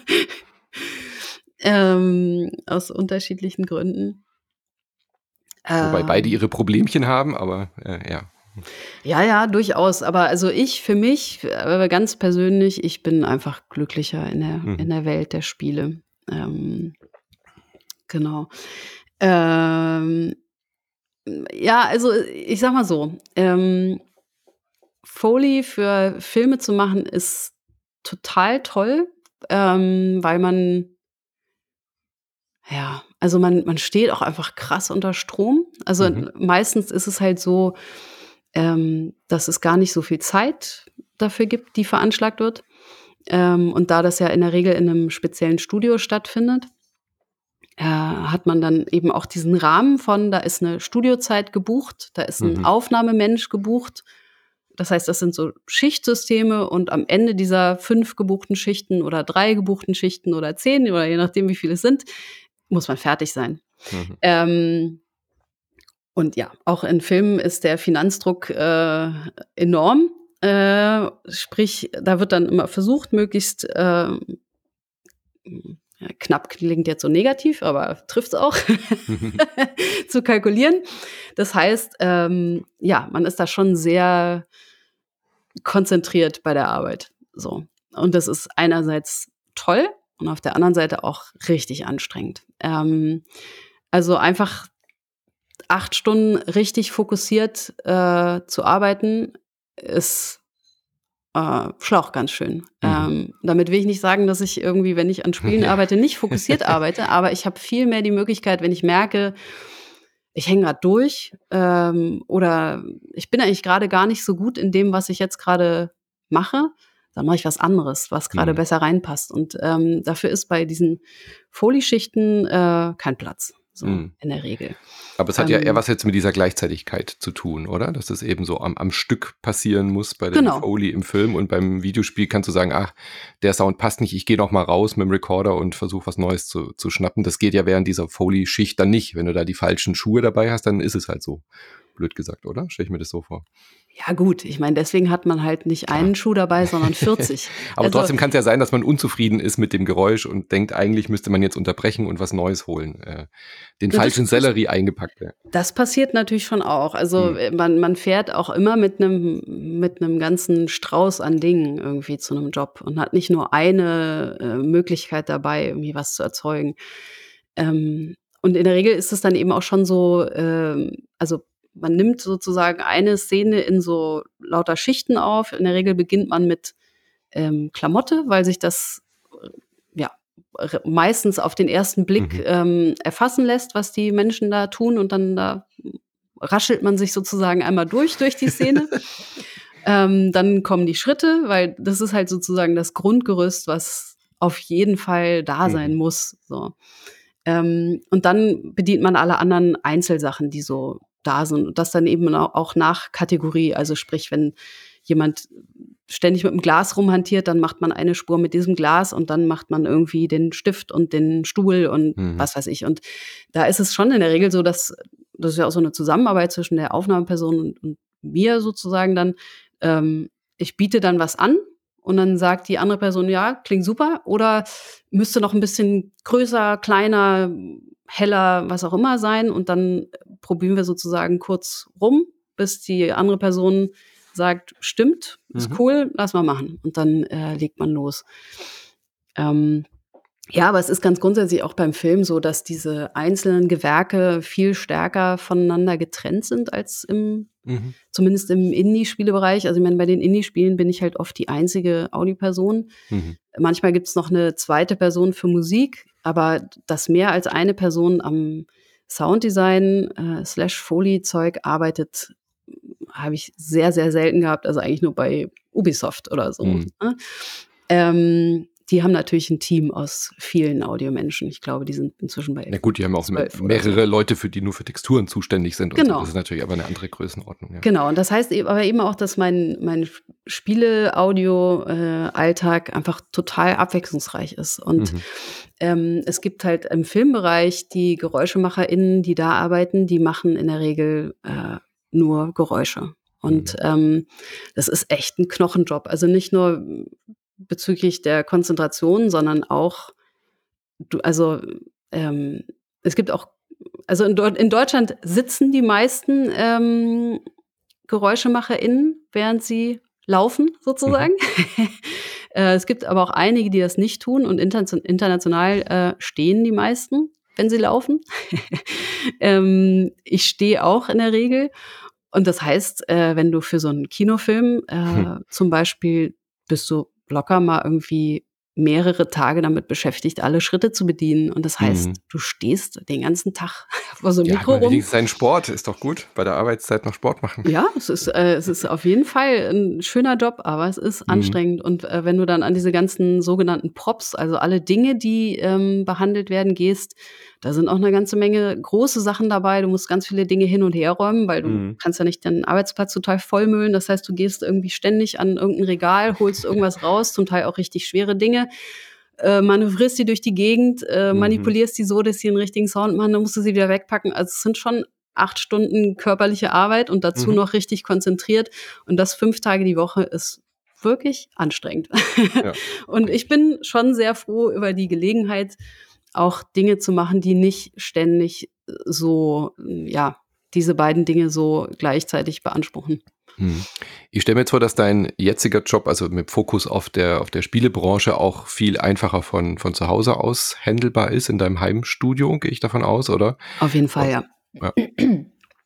Aus unterschiedlichen Gründen. Wobei beide ihre Problemchen haben, aber ja. Ja, durchaus. Aber also für mich, ganz persönlich, ich bin einfach glücklicher in der Welt der Spiele. Genau. Ja, also ich sag mal so, Foley für Filme zu machen ist total toll, weil man steht auch einfach krass unter Strom. Also meistens ist es halt so, dass es gar nicht so viel Zeit dafür gibt, die veranschlagt wird. Und da das ja in der Regel in einem speziellen Studio stattfindet, hat man dann eben auch diesen Rahmen da ist eine Studiozeit gebucht, da ist ein Aufnahmemensch gebucht. Das heißt, das sind so Schichtsysteme und am Ende dieser 5 gebuchten Schichten oder 3 gebuchten Schichten oder 10 oder je nachdem, wie viele es sind, muss man fertig sein. Und ja, auch in Filmen ist der Finanzdruck enorm. Sprich, da wird dann immer versucht, möglichst knapp klingt jetzt so negativ, aber trifft's auch, zu kalkulieren. Das heißt, man ist da schon sehr konzentriert bei der Arbeit. So. Und das ist einerseits toll und auf der anderen Seite auch richtig anstrengend. Also einfach 8 Stunden richtig fokussiert zu arbeiten, ist Schlauch ganz schön. Damit will ich nicht sagen, dass ich irgendwie, wenn ich an Spielen arbeite, nicht fokussiert arbeite, aber ich habe viel mehr die Möglichkeit, wenn ich merke, ich hänge gerade durch oder ich bin eigentlich gerade gar nicht so gut in dem, was ich jetzt gerade mache, dann mache ich was anderes, was gerade besser reinpasst. Und dafür ist bei diesen Folieschichten kein Platz, so in der Regel. Aber es hat ja eher was jetzt mit dieser Gleichzeitigkeit zu tun, oder? Dass das eben so am Stück passieren muss bei der Foley im Film, und beim Videospiel kannst du sagen, ach, der Sound passt nicht, ich gehe noch mal raus mit dem Recorder und versuche was Neues zu schnappen. Das geht ja während dieser Foley-Schicht dann nicht. Wenn du da die falschen Schuhe dabei hast, dann ist es halt so. Blöd gesagt, oder? Stelle ich mir das so vor. Ja gut, ich meine, deswegen hat man halt nicht einen Schuh dabei, sondern 40. Aber trotzdem kann es ja sein, dass man unzufrieden ist mit dem Geräusch und denkt, eigentlich müsste man jetzt unterbrechen und was Neues holen. Den falschen Sellerie eingepackt. Ja. Das passiert natürlich schon auch. Also man fährt auch immer mit einem ganzen Strauß an Dingen irgendwie zu einem Job und hat nicht nur eine Möglichkeit dabei, irgendwie was zu erzeugen. Und in der Regel ist es dann eben auch schon so, also man nimmt sozusagen eine Szene in so lauter Schichten auf. In der Regel beginnt man mit Klamotte, weil sich das meistens auf den ersten Blick erfassen lässt, was die Menschen da tun. Und dann da raschelt man sich sozusagen einmal durch die Szene. Dann kommen die Schritte, weil das ist halt sozusagen das Grundgerüst, was auf jeden Fall da sein muss. So. Und dann bedient man alle anderen Einzelsachen, die so da sind. Und das dann eben auch nach Kategorie. Also sprich, wenn jemand ständig mit dem Glas rumhantiert, dann macht man eine Spur mit diesem Glas und dann macht man irgendwie den Stift und den Stuhl und was weiß ich. Und da ist es schon in der Regel so, dass das ist ja auch so eine Zusammenarbeit zwischen der Aufnahmeperson und mir sozusagen dann. Ich biete dann was an und dann sagt die andere Person, ja, klingt super oder müsste noch ein bisschen größer, kleiner, heller, was auch immer sein. Und dann probieren wir sozusagen kurz rum, bis die andere Person sagt, stimmt, ist cool, lass mal machen. Und dann legt man los. Ja, aber es ist ganz grundsätzlich auch beim Film so, dass diese einzelnen Gewerke viel stärker voneinander getrennt sind als zumindest im Indie-Spielebereich. Also ich meine, bei den Indie-Spielen bin ich halt oft die einzige Audioperson. Manchmal gibt es noch eine zweite Person für Musik, aber dass mehr als eine Person am Sounddesign / Foley-Zeug arbeitet, habe ich sehr, sehr selten gehabt. Also eigentlich nur bei Ubisoft oder so. Ne? Die haben natürlich ein Team aus vielen Audiomenschen. Ich glaube, die sind inzwischen bei. Na gut, die haben auch mehrere Leute, die nur für Texturen zuständig sind. Genau. Und so. Das ist natürlich aber eine andere Größenordnung. Ja. Genau, und das heißt aber eben auch, dass mein Spiele-Audio-Alltag einfach total abwechslungsreich ist. Und es gibt halt im Filmbereich die GeräuschemacherInnen, die da arbeiten, die machen in der Regel nur Geräusche. Und das ist echt ein Knochenjob. Also nicht nur bezüglich der Konzentration, sondern auch, es gibt auch, also in Deutschland sitzen die meisten GeräuschemacherInnen, während sie laufen, sozusagen. Es gibt aber auch einige, die das nicht tun und international stehen die meisten, wenn sie laufen. Ich stehe auch in der Regel. Und das heißt, wenn du für so einen Kinofilm zum Beispiel bist du locker mal irgendwie mehrere Tage damit beschäftigt, alle Schritte zu bedienen. Und das heißt, du stehst den ganzen Tag vor so einem Mikro rum. Wenigstens ein Sport ist doch gut, bei der Arbeitszeit noch Sport machen. Ja, es ist auf jeden Fall ein schöner Job, aber es ist anstrengend. Und wenn du dann an diese ganzen sogenannten Props, also alle Dinge, die behandelt werden, gehst, da sind auch eine ganze Menge große Sachen dabei. Du musst ganz viele Dinge hin und her räumen, weil du kannst ja nicht deinen Arbeitsplatz total vollmüllen. Das heißt, du gehst irgendwie ständig an irgendein Regal, holst irgendwas raus, zum Teil auch richtig schwere Dinge, manövrierst die durch die Gegend, manipulierst die so, dass sie einen richtigen Sound machen, dann musst du sie wieder wegpacken. Also es sind schon 8 Stunden körperliche Arbeit und dazu noch richtig konzentriert. Und das 5 Tage die Woche ist wirklich anstrengend. Ja. Und ich bin schon sehr froh über die Gelegenheit, auch Dinge zu machen, die nicht ständig so, diese beiden Dinge so gleichzeitig beanspruchen. Ich stelle mir jetzt vor, dass dein jetziger Job, also mit Fokus auf der Spielebranche, auch viel einfacher von zu Hause aus handelbar ist, in deinem Heimstudio, gehe ich davon aus, oder? Auf jeden Fall, ja.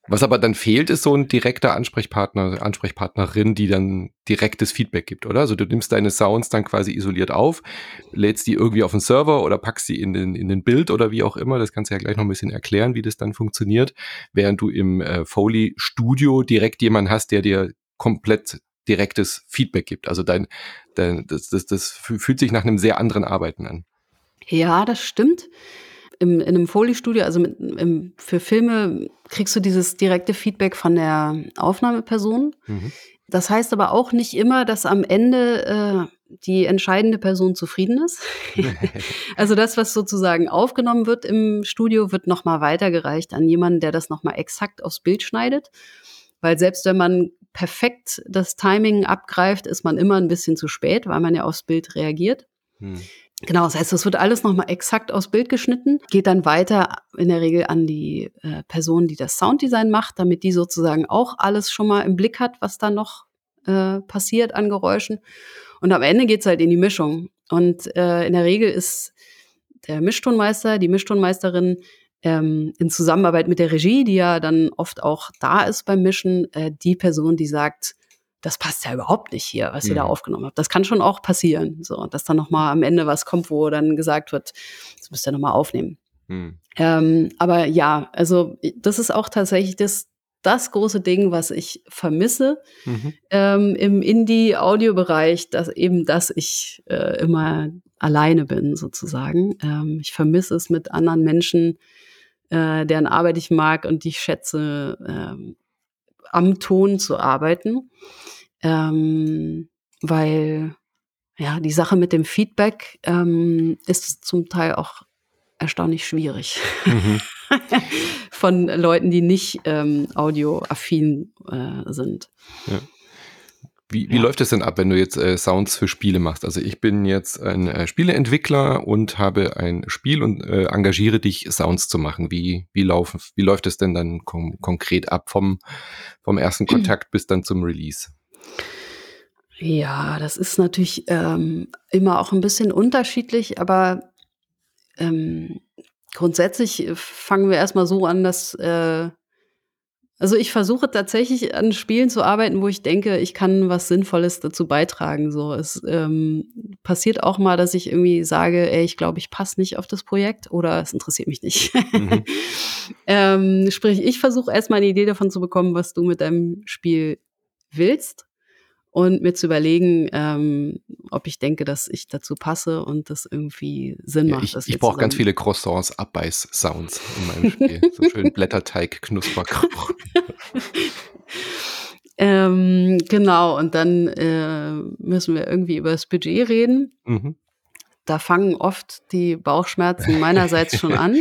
Was aber dann fehlt, ist so ein direkter Ansprechpartner, Ansprechpartnerin, die dann direktes Feedback gibt, oder? Also du nimmst deine Sounds dann quasi isoliert auf, lädst die irgendwie auf den Server oder packst sie in den Bild oder wie auch immer. Das kannst du ja gleich noch ein bisschen erklären, wie das dann funktioniert, während du im Foley-Studio direkt jemanden hast, der dir komplett direktes Feedback gibt. Also das fühlt sich nach einem sehr anderen Arbeiten an. Ja, das stimmt. In einem Foley-Studio, also für Filme kriegst du dieses direkte Feedback von der Aufnahmeperson. Mhm. Das heißt aber auch nicht immer, dass am Ende die entscheidende Person zufrieden ist. Also das, was sozusagen aufgenommen wird im Studio, wird noch mal weitergereicht an jemanden, der das noch mal exakt aufs Bild schneidet. Weil selbst wenn man perfekt das Timing abgreift, ist man immer ein bisschen zu spät, weil man ja aufs Bild reagiert. Genau, das heißt, das wird alles noch mal exakt aufs Bild geschnitten, geht dann weiter in der Regel an die Person, die das Sounddesign macht, damit die sozusagen auch alles schon mal im Blick hat, was da noch passiert an Geräuschen. Und am Ende geht's halt in die Mischung. Und in der Regel ist der Mischtonmeister, die Mischtonmeisterin in Zusammenarbeit mit der Regie, die ja dann oft auch da ist beim Mischen, die Person, die sagt, das passt ja überhaupt nicht hier, was ihr da aufgenommen habt. Das kann schon auch passieren, so, dass dann noch mal am Ende was kommt, wo dann gesagt wird, das müsst ihr noch mal aufnehmen. Aber ja, also das ist auch tatsächlich das große Ding, was ich vermisse im Indie-Audio-Bereich, dass ich immer alleine bin sozusagen. Ich vermisse es, mit anderen Menschen, deren Arbeit ich mag und die ich schätze, am Ton zu arbeiten. Weil ja, die Sache mit dem Feedback ist zum Teil auch erstaunlich schwierig. Von Leuten, die nicht audioaffin sind. Ja. Wie läuft es denn ab, wenn du jetzt Sounds für Spiele machst? Also ich bin jetzt ein Spieleentwickler und habe ein Spiel und engagiere dich, Sounds zu machen. Wie läuft es denn dann konkret ab vom ersten Kontakt bis dann zum Release? Ja, das ist natürlich immer auch ein bisschen unterschiedlich, aber grundsätzlich fangen wir erst mal so an, dass also ich versuche tatsächlich an Spielen zu arbeiten, wo ich denke, ich kann was Sinnvolles dazu beitragen. So, es passiert auch mal, dass ich irgendwie sage, ey, ich glaube, ich passe nicht auf das Projekt oder es interessiert mich nicht. Sprich, ich versuche erst mal eine Idee davon zu bekommen, was du mit deinem Spiel willst und mir zu überlegen, ob ich denke, dass ich dazu passe und das irgendwie Sinn Ja, macht, dass ich wir brauche ganz zusammen viele Croissants, Abbeiß-Sounds in meinem Spiel. So schön Blätterteig, Knuspergeruch. Genau, und dann müssen wir irgendwie über das Budget reden. Mhm. Da fangen oft die Bauchschmerzen meinerseits schon an,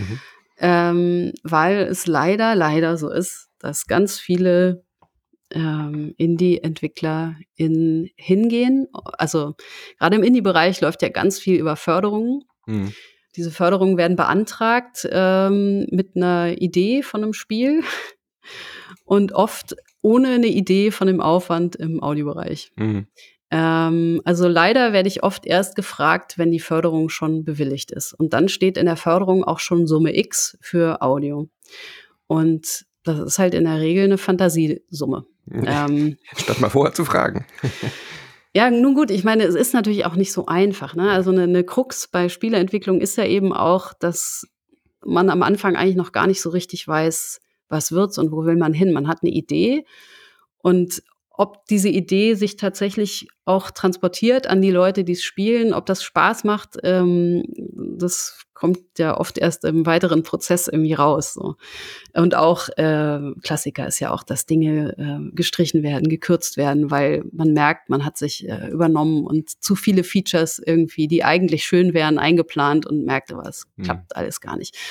weil es leider so ist, dass ganz viele Indie-Entwickler hingehen. Also gerade im Indie-Bereich läuft ja ganz viel über Förderungen. Mhm. Diese Förderungen werden beantragt mit einer Idee von einem Spiel und oft ohne eine Idee von dem Aufwand im Audiobereich. Mhm. Also leider werde ich oft erst gefragt, wenn die Förderung schon bewilligt ist. Und dann steht in der Förderung auch schon Summe X für Audio. Und das ist halt in der Regel eine Fantasiesumme. Statt mal vorher zu fragen. Ja, nun gut, ich meine, es ist natürlich auch nicht so einfach, ne? Also eine Krux bei Spieleentwicklung ist ja eben auch, dass man am Anfang eigentlich noch gar nicht so richtig weiß, was wird's und wo will man hin. Man hat eine Idee und ob diese Idee sich tatsächlich auch transportiert an die Leute, die's spielen, ob das Spaß macht, das kommt ja oft erst im weiteren Prozess irgendwie raus, so. Und auch Klassiker ist ja auch, dass Dinge gestrichen werden, gekürzt werden, weil man merkt, man hat sich übernommen und zu viele Features irgendwie, die eigentlich schön wären, eingeplant und merkt, aber es klappt alles gar nicht.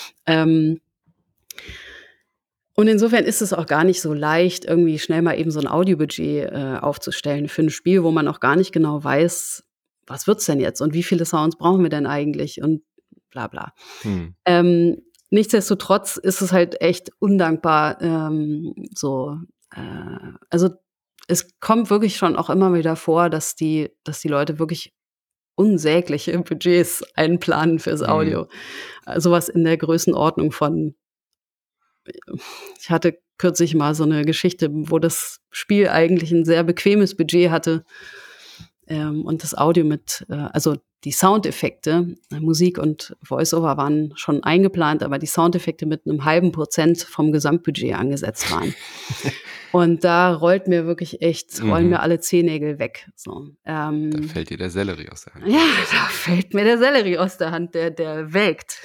Und insofern ist es auch gar nicht so leicht, irgendwie schnell mal eben so ein Audiobudget aufzustellen für ein Spiel, wo man auch gar nicht genau weiß, was wird's denn jetzt und wie viele Sounds brauchen wir denn eigentlich und bla bla. Nichtsdestotrotz ist es halt echt undankbar, also es kommt wirklich schon auch immer wieder vor, dass die Leute wirklich unsägliche Budgets einplanen fürs Audio. So was in der Größenordnung von ich hatte kürzlich mal so eine Geschichte, wo das Spiel eigentlich ein sehr bequemes Budget hatte, und das Audio also die Soundeffekte, Musik und Voice-Over waren schon eingeplant, aber die Soundeffekte mit einem halben Prozent vom Gesamtbudget angesetzt waren. Und da rollen mir alle Zehennägel weg. So, Da fällt dir der Sellerie aus der Hand. ja, da fällt mir der Sellerie aus der Hand, der welkt.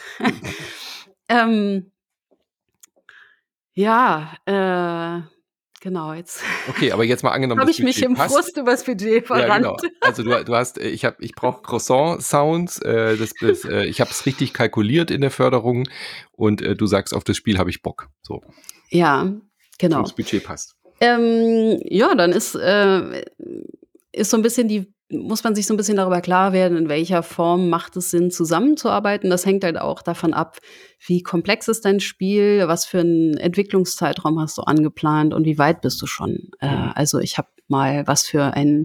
Ja, genau, jetzt Okay, aber jetzt mal angenommen, habe das ich mich Budget im passt. Frust übers Budget Ja, verrannt. genau. Also du hast, ich brauche Croissant-Sounds. Ich habe es richtig kalkuliert in der Förderung und du sagst, auf das Spiel habe ich Bock. So, Ja, genau. das Budget passt. Ja, dann ist so ein bisschen muss man sich so ein bisschen darüber klar werden, in welcher Form macht es Sinn, zusammenzuarbeiten. Das hängt halt auch davon ab, wie komplex ist dein Spiel, was für 'n Entwicklungszeitraum hast du angeplant und wie weit bist du schon. Also, ich habe mal was für ein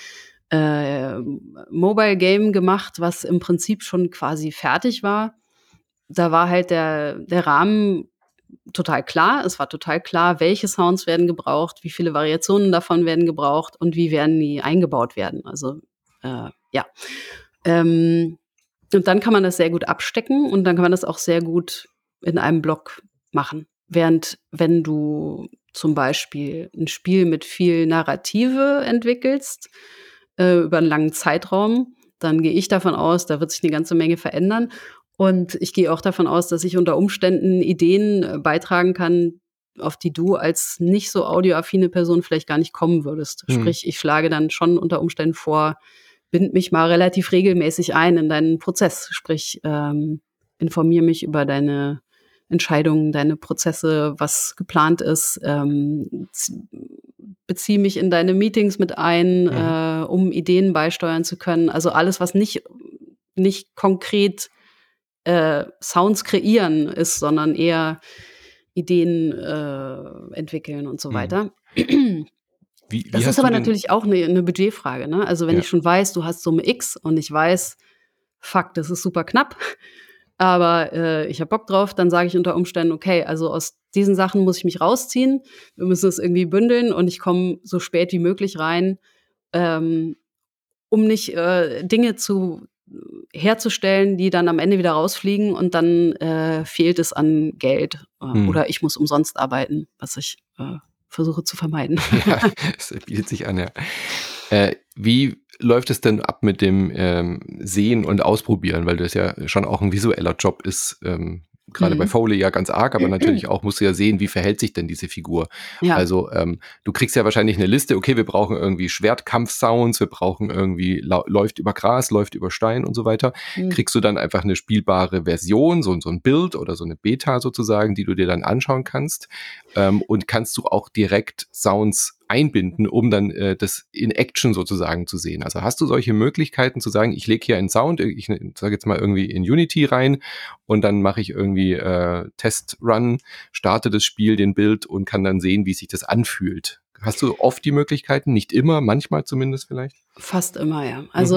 Mobile Game gemacht, was im Prinzip schon quasi fertig war. Da war halt der Rahmen total klar. Es war total klar, welche Sounds werden gebraucht, wie viele Variationen davon werden gebraucht und wie werden die eingebaut werden. Also, ja. Ähm, und dann kann man das sehr gut abstecken und dann kann man das auch sehr gut in einem Block machen. Während wenn du zum Beispiel ein Spiel mit viel Narrative entwickelst, über einen langen Zeitraum, dann gehe ich davon aus, da wird sich eine ganze Menge verändern. Und ich gehe auch davon aus, dass ich unter Umständen Ideen, beitragen kann, auf die du als nicht so audioaffine Person vielleicht gar nicht kommen würdest. Mhm. Sprich, ich schlage dann schon unter Umständen vor, bind mich mal relativ regelmäßig ein in deinen Prozess. Sprich, informiere mich über deine Entscheidungen, deine Prozesse, was geplant ist, beziehe mich in deine Meetings mit ein, um Ideen beisteuern zu können. Also alles, was nicht konkret Sounds kreieren ist, sondern eher Ideen entwickeln und so Mhm. weiter. Wie Das ist hast du aber denn, natürlich auch eine Budgetfrage, ne? Also, wenn ja, ich schon weiß, du hast Summe X und ich weiß, fuck, das ist super knapp, aber, ich habe Bock drauf, dann sage ich unter Umständen: „Okay, also aus diesen Sachen muss ich mich rausziehen. Wir müssen es irgendwie bündeln und ich komme so spät wie möglich rein, ähm, um nicht, Dinge herzustellen, die dann am Ende wieder rausfliegen und dann, fehlt es an Geld, mhm. oder ich muss umsonst arbeiten, was ich, versuche zu vermeiden. Ja, es bietet sich an, ja. Wie läuft es denn ab mit dem Sehen und Ausprobieren, weil das ja schon auch ein visueller Job ist, grade bei Mhm. Foley ja ganz arg, aber natürlich auch musst du ja sehen, wie verhält sich denn diese Figur? Ja. Also, du kriegst ja wahrscheinlich eine Liste, okay, wir brauchen irgendwie Schwertkampf-Sounds, wir brauchen irgendwie läuft über Gras, läuft über Stein und so weiter. Mhm. Kriegst du dann einfach eine spielbare Version, so ein Bild oder so eine Beta sozusagen, die du dir dann anschauen kannst? Und kannst du auch direkt Sounds einbinden, um dann das in Action sozusagen zu sehen? Also hast du solche Möglichkeiten zu sagen, ich lege hier einen Sound, ich sage jetzt mal irgendwie in Unity rein und dann mache ich irgendwie Test-Run, starte das Spiel, den Bild und kann dann sehen, wie sich das anfühlt. Hast du oft die Möglichkeiten? Nicht immer, manchmal zumindest vielleicht? Fast immer, ja. Mhm. Also,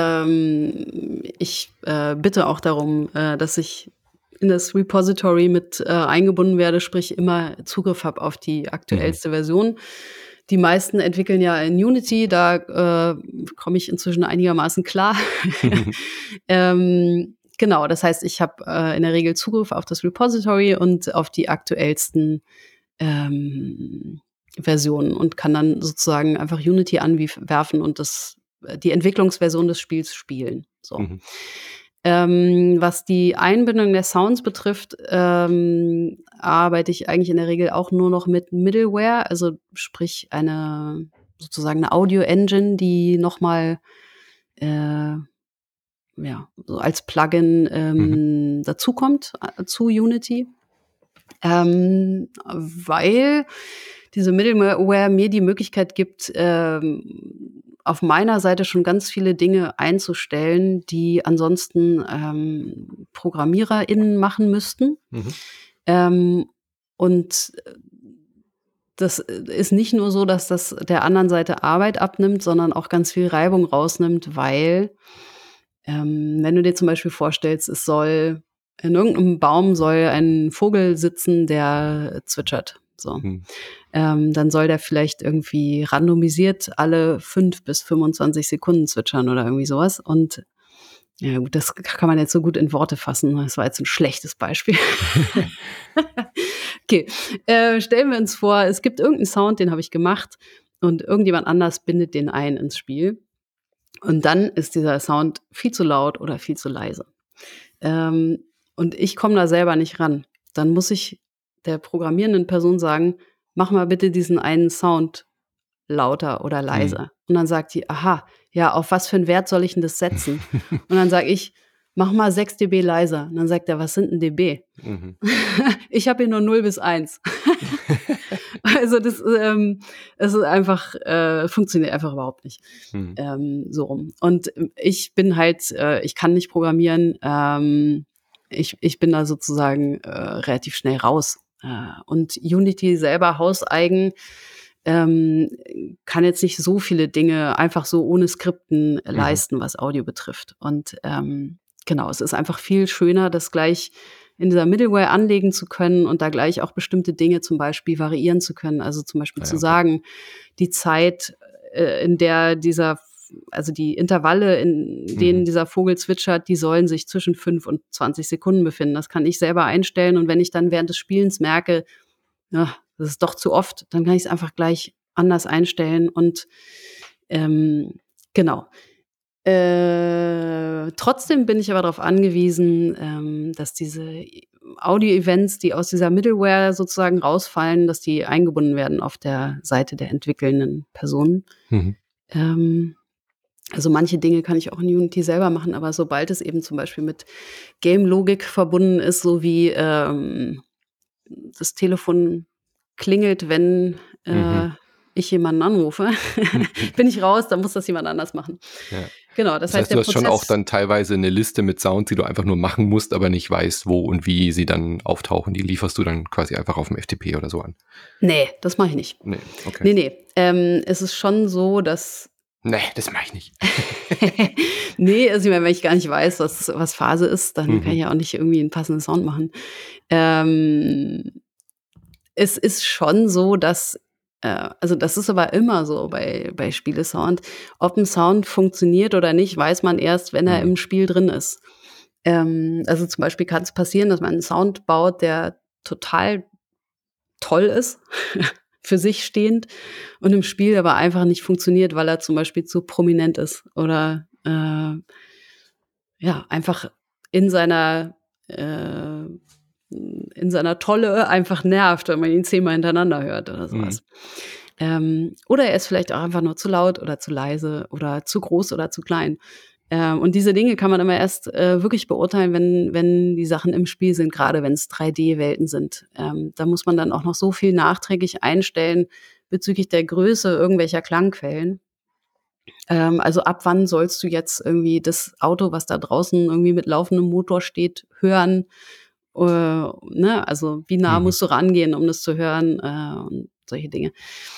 ich bitte auch darum, dass ich in das Repository mit, eingebunden werde, sprich immer Zugriff habe auf die Mhm. aktuellste Version. Die meisten entwickeln ja in Unity, da, komme ich inzwischen einigermaßen klar. Genau, das heißt, ich habe, in der Regel Zugriff auf das Repository und auf die aktuellsten, ähm, Versionen und kann dann sozusagen einfach Unity anwerfen und die Entwicklungsversion des Spiels spielen, so. Mhm. Was die Einbindung der Sounds betrifft, arbeite ich eigentlich in der Regel auch nur noch mit Middleware, also sprich sozusagen 'ne Audio-Engine, die noch mal, äh, ja, so als Plugin, Mhm. dazukommt, zu Unity. Weil diese Middleware mir die Möglichkeit gibt, auf meiner Seite schon ganz viele Dinge einzustellen, die ansonsten, ProgrammiererInnen machen müssten. Mhm. Ähm, und das ist nicht nur so, dass das der anderen Seite Arbeit abnimmt, sondern auch ganz viel Reibung rausnimmt, weil, wenn du dir zum Beispiel vorstellst, es soll in irgendeinem Baum soll ein Vogel sitzen, der zwitschert. So. Dann soll der vielleicht irgendwie randomisiert alle 5 bis 25 Sekunden zwitschern oder irgendwie sowas. Und ja gut, das kann man jetzt so gut in Worte fassen. Das war jetzt ein schlechtes Beispiel. Okay, stellen wir uns vor, es gibt irgendeinen Sound, den habe ich gemacht und irgendjemand anders bindet den ein ins Spiel. Und dann ist dieser Sound viel zu laut oder viel zu leise. Und ich komme da selber nicht ran. Dann muss ich der programmierenden Person sagen, mach mal bitte diesen einen Sound lauter oder leiser. Und dann sagt die, aha, ja, auf was für einen Wert soll ich denn das setzen? Und dann sage ich, mach mal 6 dB leiser. Und dann sagt er, was sind denn dB? Ich habe hier nur 0 bis 1. Also das ist einfach, funktioniert einfach überhaupt nicht. So rum. Und ich bin halt, ich kann nicht programmieren. Ich bin da sozusagen relativ schnell raus. Und Unity selber hauseigen kann jetzt nicht so viele Dinge einfach so ohne Skripten leisten, was Audio betrifft. Und genau, es ist einfach viel schöner, das gleich in dieser Middleware anlegen zu können und da gleich auch bestimmte Dinge zum Beispiel variieren zu können. Also zum Beispiel zu sagen, die Zeit, in der also die Intervalle, in denen dieser Vogel zwitschert, die sollen sich zwischen 5 und 20 Sekunden befinden. Das kann ich selber einstellen. Und wenn ich dann während des Spielens merke, ja, das ist doch zu oft, dann kann ich es einfach gleich anders einstellen. Und genau. Trotzdem bin ich aber darauf angewiesen, dass diese Audio-Events, die aus dieser Middleware sozusagen rausfallen, dass die eingebunden werden auf der Seite der entwickelnden Personen. Also manche Dinge kann ich auch in Unity selber machen, aber sobald es eben zum Beispiel mit Game-Logik verbunden ist, so wie das Telefon klingelt, wenn ich jemanden anrufe, bin ich raus, dann muss das jemand anders machen. Ja. Genau, das heißt, du hast schon auch dann teilweise eine Liste mit Sounds, die du einfach nur machen musst, aber nicht weißt, wo und wie sie dann auftauchen. Die lieferst du dann quasi einfach auf dem FTP oder so an. Nee, das mache ich nicht. Nee, okay. Nee. Es ist schon so, dass nee, das mache ich nicht. Nee, also ich meine, wenn ich gar nicht weiß, was Phase ist, dann kann ich ja auch nicht irgendwie einen passenden Sound machen. Es ist schon so, dass also das ist aber immer so bei Spielesound. Ob ein Sound funktioniert oder nicht, weiß man erst, wenn er im Spiel drin ist. Also zum Beispiel kann es passieren, dass man einen Sound baut, der total toll ist, für sich stehend, und im Spiel aber einfach nicht funktioniert, weil er zum Beispiel zu prominent ist oder einfach in seiner Tolle einfach nervt, wenn man ihn 10-mal hintereinander hört oder sowas. Oder er ist vielleicht auch einfach nur zu laut oder zu leise oder zu groß oder zu klein. Und diese Dinge kann man immer erst wirklich beurteilen, wenn die Sachen im Spiel sind, gerade wenn es 3D-Welten sind. Da muss man dann auch noch so viel nachträglich einstellen bezüglich der Größe irgendwelcher Klangquellen. Also ab wann sollst du jetzt irgendwie das Auto, was da draußen irgendwie mit laufendem Motor steht, hören? Also wie nah musst du rangehen, um das zu hören, und solche Dinge.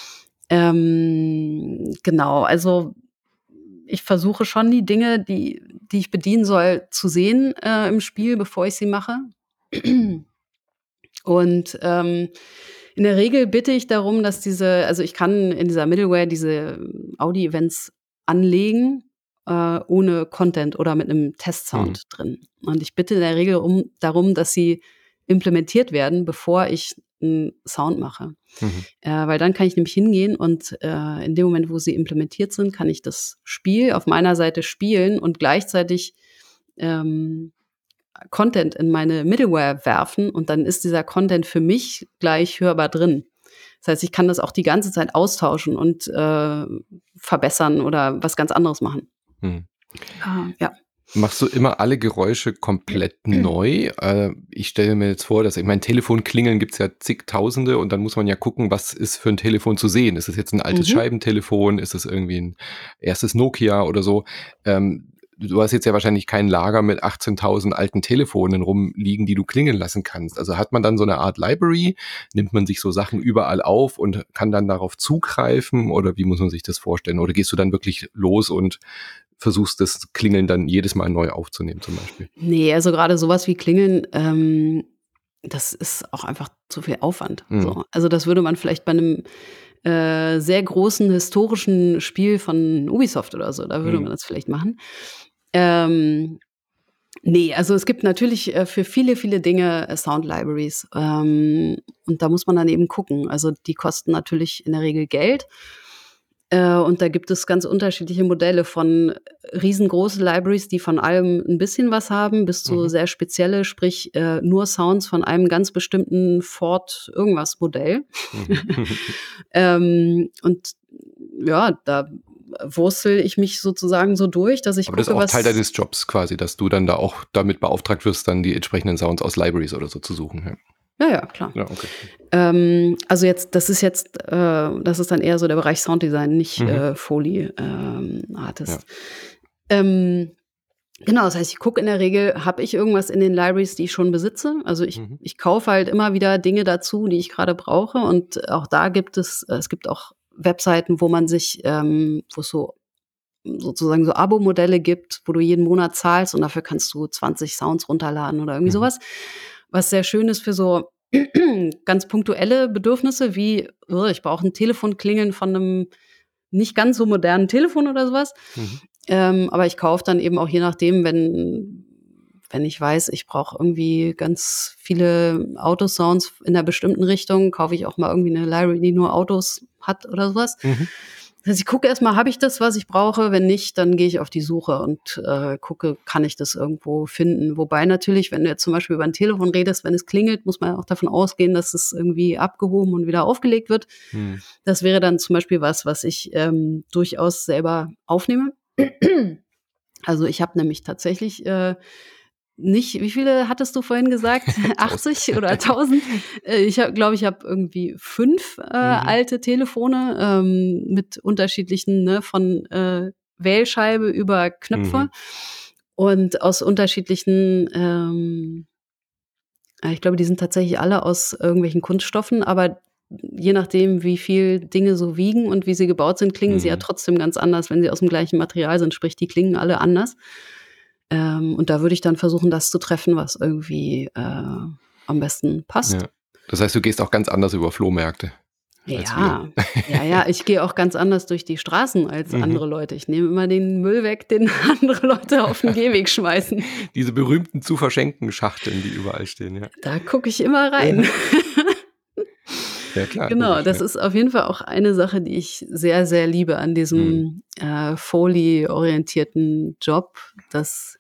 Genau, also ich versuche schon die Dinge, die ich bedienen soll, zu sehen im Spiel, bevor ich sie mache. Und in der Regel bitte ich darum, dass also ich kann in dieser Middleware diese Audio-Events anlegen, ohne Content oder mit einem Testsound drin. Und ich bitte in der Regel darum, dass sie implementiert werden, bevor ich einen Sound mache. Weil dann kann ich nämlich hingehen und in dem Moment, wo sie implementiert sind, kann ich das Spiel auf meiner Seite spielen und gleichzeitig Content in meine Middleware werfen, und dann ist dieser Content für mich gleich hörbar drin. Das heißt, ich kann das auch die ganze Zeit austauschen und verbessern oder was ganz anderes machen. Ja. Machst du immer alle Geräusche komplett neu? Ich stelle mir jetzt vor, dass mein Telefon klingeln gibt es ja zigtausende, und dann muss man ja gucken, was ist für ein Telefon zu sehen. Ist es jetzt ein altes Scheibentelefon? Ist es irgendwie ein erstes Nokia oder so? Du hast jetzt ja wahrscheinlich kein Lager mit 18.000 alten Telefonen rumliegen, die du klingeln lassen kannst. Also hat man dann so eine Art Library? Nimmt man sich so Sachen überall auf und kann dann darauf zugreifen? Oder wie muss man sich das vorstellen? Oder gehst du dann wirklich los und versuchst, das Klingeln dann jedes Mal neu aufzunehmen zum Beispiel? Nee, also gerade sowas wie Klingeln, das ist auch einfach zu viel Aufwand. So. Also das würde man vielleicht bei einem sehr großen historischen Spiel von Ubisoft oder so, da würde man das vielleicht machen. Ne, also es gibt natürlich für viele, viele Dinge Sound Libraries. Und da muss man dann eben gucken. Also die kosten natürlich in der Regel Geld. Und da gibt es ganz unterschiedliche Modelle von riesengroße Libraries, die von allem ein bisschen was haben, bis zu sehr spezielle, sprich nur Sounds von einem ganz bestimmten Ford-Irgendwas-Modell. Und ja, da wurstel ich mich sozusagen so durch, dass ich Aber gucke, das ist auch was Teil deines Jobs quasi, dass du dann da auch damit beauftragt wirst, dann die entsprechenden Sounds aus Libraries oder so zu suchen. Ja, klar. Ja, okay. Also das ist dann eher so der Bereich Sounddesign, nicht Foley Artist. Ja. Genau, das heißt, ich gucke in der Regel, habe ich irgendwas in den Libraries, die ich schon besitze. Also ich kaufe halt immer wieder Dinge dazu, die ich gerade brauche. Und auch da gibt es gibt auch Webseiten, wo man sich, wo es so sozusagen so Abo-Modelle gibt, wo du jeden Monat zahlst und dafür kannst du 20 Sounds runterladen oder irgendwie sowas. Was sehr schön ist für so ganz punktuelle Bedürfnisse wie, ich brauche ein Telefonklingeln von einem nicht ganz so modernen Telefon oder sowas. Aber ich kaufe dann eben auch je nachdem, wenn ich weiß, ich brauche irgendwie ganz viele Autosounds in einer bestimmten Richtung, kaufe ich auch mal irgendwie eine Library, die nur Autos hat oder sowas. Das heißt, ich gucke erstmal, habe ich das, was ich brauche? Wenn nicht, dann gehe ich auf die Suche und gucke, kann ich das irgendwo finden? Wobei natürlich, wenn du jetzt zum Beispiel über ein Telefon redest, wenn es klingelt, muss man auch davon ausgehen, dass es irgendwie abgehoben und wieder aufgelegt wird. Das wäre dann zum Beispiel was ich durchaus selber aufnehme. Also ich habe nämlich tatsächlich nicht, wie viele hattest du vorhin gesagt? 80 oder 1000? Ich glaube, ich habe irgendwie 5 alte Telefone mit unterschiedlichen, ne, von Wählscheibe über Knöpfe und aus unterschiedlichen, ich glaube, die sind tatsächlich alle aus irgendwelchen Kunststoffen, aber je nachdem, wie viel Dinge so wiegen und wie sie gebaut sind, klingen sie ja trotzdem ganz anders, wenn sie aus dem gleichen Material sind. Sprich, die klingen alle anders. Und da würde ich dann versuchen, das zu treffen, was irgendwie am besten passt. Ja. Das heißt, du gehst auch ganz anders über Flohmärkte. Ja, ich gehe auch ganz anders durch die Straßen als andere Leute. Ich nehme immer den Müll weg, den andere Leute auf den Gehweg schmeißen. Diese berühmten zu verschenken Schachteln, die überall stehen, ja. Da gucke ich immer rein. Ja, klar. Genau, logisch, das ist auf jeden Fall auch eine Sache, die ich sehr, sehr liebe an diesem Foley-orientierten Job, das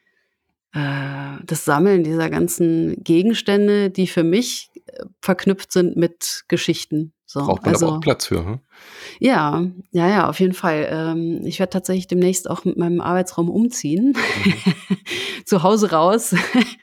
Sammeln dieser ganzen Gegenstände, die für mich verknüpft sind mit Geschichten. So, Braucht man aber auch Platz für, hm? Ja, auf jeden Fall. Ich werde tatsächlich demnächst auch mit meinem Arbeitsraum umziehen. Zu Hause raus.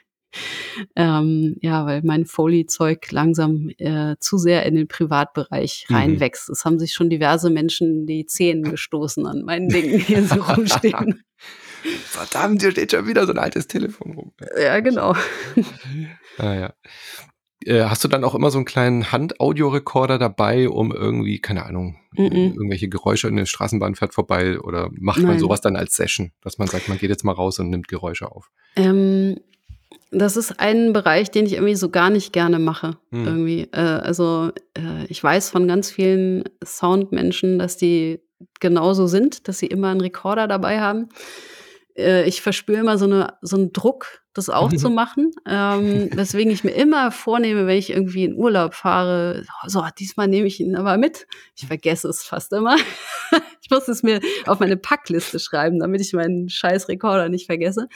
Weil mein Foley-Zeug langsam zu sehr in den Privatbereich reinwächst. Es haben sich schon diverse Menschen die Zähne gestoßen an meinen Dingen, die hier so rumstehen. Verdammt, hier steht schon wieder so ein altes Telefon rum. Ja, genau. Ja. Hast du dann auch immer so einen kleinen Hand-Audiorekorder dabei, um irgendwie, keine Ahnung, irgendwelche Geräusche in der Straßenbahn fährt vorbei oder macht man sowas dann als Session, dass man sagt, man geht jetzt mal raus und nimmt Geräusche auf? Das ist ein Bereich, den ich irgendwie so gar nicht gerne mache. Irgendwie. Ich weiß von ganz vielen Soundmenschen, dass die genauso sind, dass sie immer einen Rekorder dabei haben. Ich verspüre immer so einen Druck, das auch zu machen, weswegen ich mir immer vornehme, wenn ich irgendwie in Urlaub fahre, so, diesmal nehme ich ihn aber mit. Ich vergesse es fast immer. Ich muss es mir auf meine Packliste schreiben, damit ich meinen scheiß Rekorder nicht vergesse.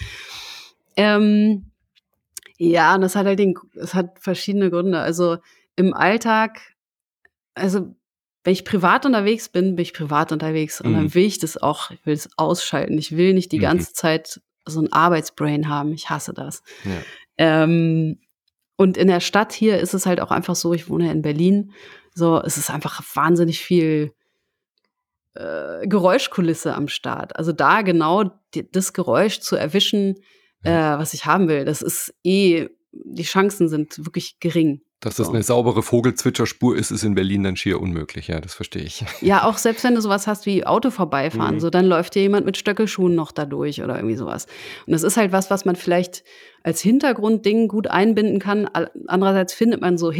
Ja, und das hat halt es hat verschiedene Gründe. Also im Alltag, also wenn ich privat unterwegs bin, bin ich privat unterwegs und dann will ich das auch, ich will es ausschalten. Ich will nicht die ganze Zeit so ein Arbeitsbrain haben. Ich hasse das. Ja. Und in der Stadt hier ist es halt auch einfach so, ich wohne ja in Berlin, so, es ist einfach wahnsinnig viel Geräuschkulisse am Start. Also da genau das Geräusch zu erwischen, was ich haben will, das ist die Chancen sind wirklich gering. Dass das eine saubere Vogelzwitscherspur ist, ist in Berlin dann schier unmöglich. Ja, das verstehe ich. Ja, auch selbst wenn du sowas hast wie Auto vorbeifahren, so dann läuft dir jemand mit Stöckelschuhen noch da durch oder irgendwie sowas. Und das ist halt was man vielleicht als Hintergrundding gut einbinden kann. Andererseits findet man so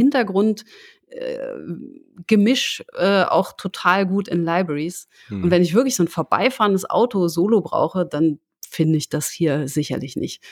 Gemisch auch total gut in Libraries. Und wenn ich wirklich so ein vorbeifahrendes Auto solo brauche, dann finde ich das hier sicherlich nicht.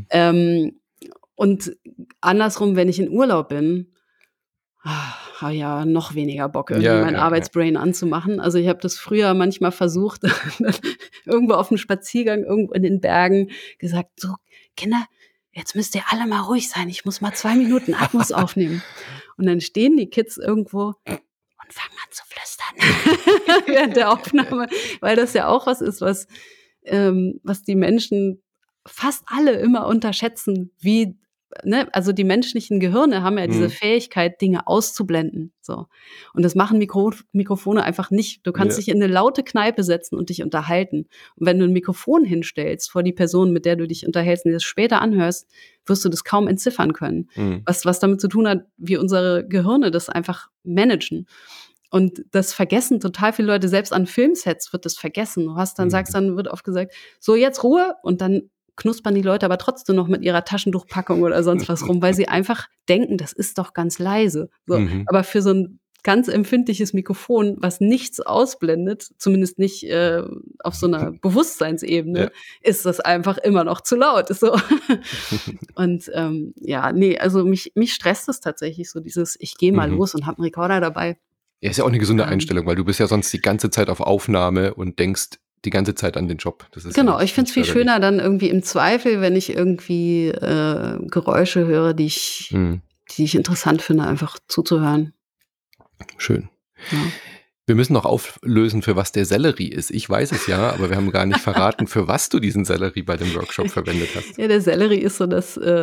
Und andersrum, wenn ich in Urlaub bin, habe ja noch weniger Bock, irgendwie mein Arbeitsbrain anzumachen. Also ich habe das früher manchmal versucht, irgendwo auf einem Spaziergang, irgendwo in den Bergen, gesagt, so, Kinder, jetzt müsst ihr alle mal ruhig sein, ich muss mal 2 Minuten Atmos aufnehmen. Und dann stehen die Kids irgendwo und fangen an zu flüstern während der Aufnahme, weil das ja auch was ist, was die Menschen fast alle immer unterschätzen, wie, ne, also die menschlichen Gehirne haben ja diese Fähigkeit, Dinge auszublenden, so. Und das machen Mikrofone einfach nicht. Du kannst dich in eine laute Kneipe setzen und dich unterhalten. Und wenn du ein Mikrofon hinstellst vor die Person, mit der du dich unterhältst und dir das später anhörst, wirst du das kaum entziffern können. Was damit zu tun hat, wie unsere Gehirne das einfach managen. Und das vergessen total viele Leute, selbst an Filmsets wird das vergessen. Du hast dann, wird oft gesagt, so jetzt Ruhe, und dann knuspern die Leute aber trotzdem noch mit ihrer Taschentuchpackung oder sonst was rum, weil sie einfach denken, das ist doch ganz leise. So. Aber für so ein ganz empfindliches Mikrofon, was nichts ausblendet, zumindest nicht auf so einer Bewusstseinsebene, ist das einfach immer noch zu laut. So. Und also mich stresst es tatsächlich so dieses, ich gehe mal los und habe einen Rekorder dabei. Ja, ist ja auch eine gesunde Einstellung, weil du bist ja sonst die ganze Zeit auf Aufnahme und denkst die ganze Zeit an den Job. Das ist genau, ich finde es viel schöner dann irgendwie im Zweifel, wenn ich irgendwie Geräusche höre, die ich interessant finde, einfach zuzuhören. Schön. Ja. Wir müssen noch auflösen, für was der Sellerie ist. Ich weiß es ja, aber wir haben gar nicht verraten, für was du diesen Sellerie bei dem Workshop verwendet hast. Ja, der Sellerie ist so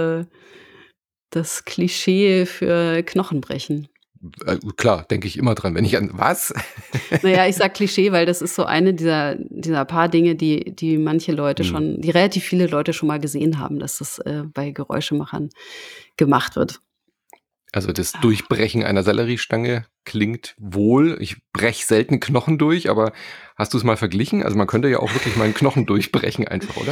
das Klischee für Knochenbrechen. Klar, denke ich immer dran, wenn ich an was? Naja, ich sag Klischee, weil das ist so eine dieser paar Dinge, die manche Leute die relativ viele Leute schon mal gesehen haben, dass das bei Geräuschemachern gemacht wird. Also das Durchbrechen einer Selleriestange klingt wohl. Ich breche selten Knochen durch, aber hast du es mal verglichen? Also man könnte ja auch wirklich mal einen Knochen durchbrechen einfach, oder?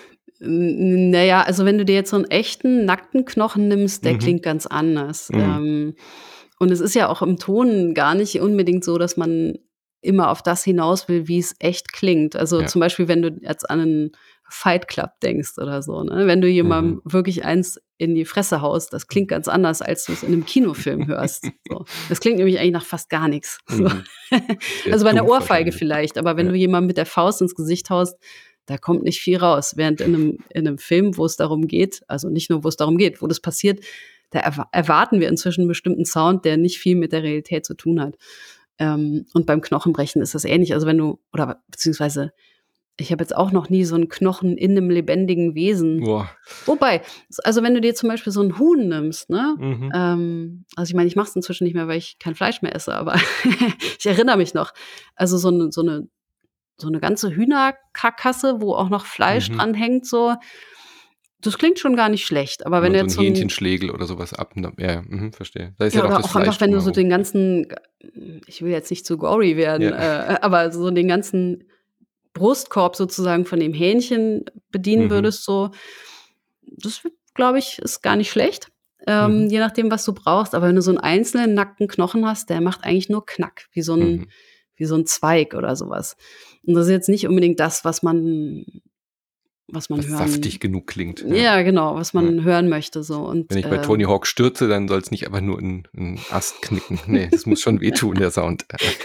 Naja, also wenn du dir jetzt so einen echten, nackten Knochen nimmst, der klingt ganz anders. Und es ist ja auch im Ton gar nicht unbedingt so, dass man immer auf das hinaus will, wie es echt klingt. Also zum Beispiel, wenn du jetzt an einen Fight Club denkst oder so, ne? Wenn du jemandem wirklich eins in die Fresse haust, das klingt ganz anders, als du es in einem Kinofilm hörst. So. Das klingt nämlich eigentlich nach fast gar nichts. So. Also bei einer Ohrfeige vielleicht, aber wenn du jemandem mit der Faust ins Gesicht haust, da kommt nicht viel raus. Während in einem Film, wo es darum geht, also nicht nur, wo es darum geht, wo das passiert, da erwarten wir inzwischen einen bestimmten Sound, der nicht viel mit der Realität zu tun hat. Und beim Knochenbrechen ist das ähnlich. Also beziehungsweise, ich habe jetzt auch noch nie so einen Knochen in einem lebendigen Wesen. Boah. Wobei, also wenn du dir zum Beispiel so ein Huhn nimmst, ne? Also ich meine, ich mache es inzwischen nicht mehr, weil ich kein Fleisch mehr esse, aber ich erinnere mich noch. Also so eine ganze Hühnerkarkasse, wo auch noch Fleisch dran hängt, so. Das klingt schon gar nicht schlecht, aber wenn du jetzt so ein Hähnchenschlägel oder sowas verstehe. Da ist ja oder auch einfach, wenn du so den ganzen, ich will jetzt nicht zu gory werden, aber so den ganzen Brustkorb sozusagen von dem Hähnchen bedienen würdest, so, das glaube ich, ist gar nicht schlecht, je nachdem, was du brauchst. Aber wenn du so einen einzelnen nackten Knochen hast, der macht eigentlich nur Knack, wie so ein Zweig oder sowas. Und das ist jetzt nicht unbedingt das, was man hören, saftig genug klingt. Ja, genau, was man hören möchte. So. Und, wenn ich bei Tony Hawk stürze, dann soll es nicht einfach nur ein Ast knicken. Nee, das muss schon wehtun, der Sound.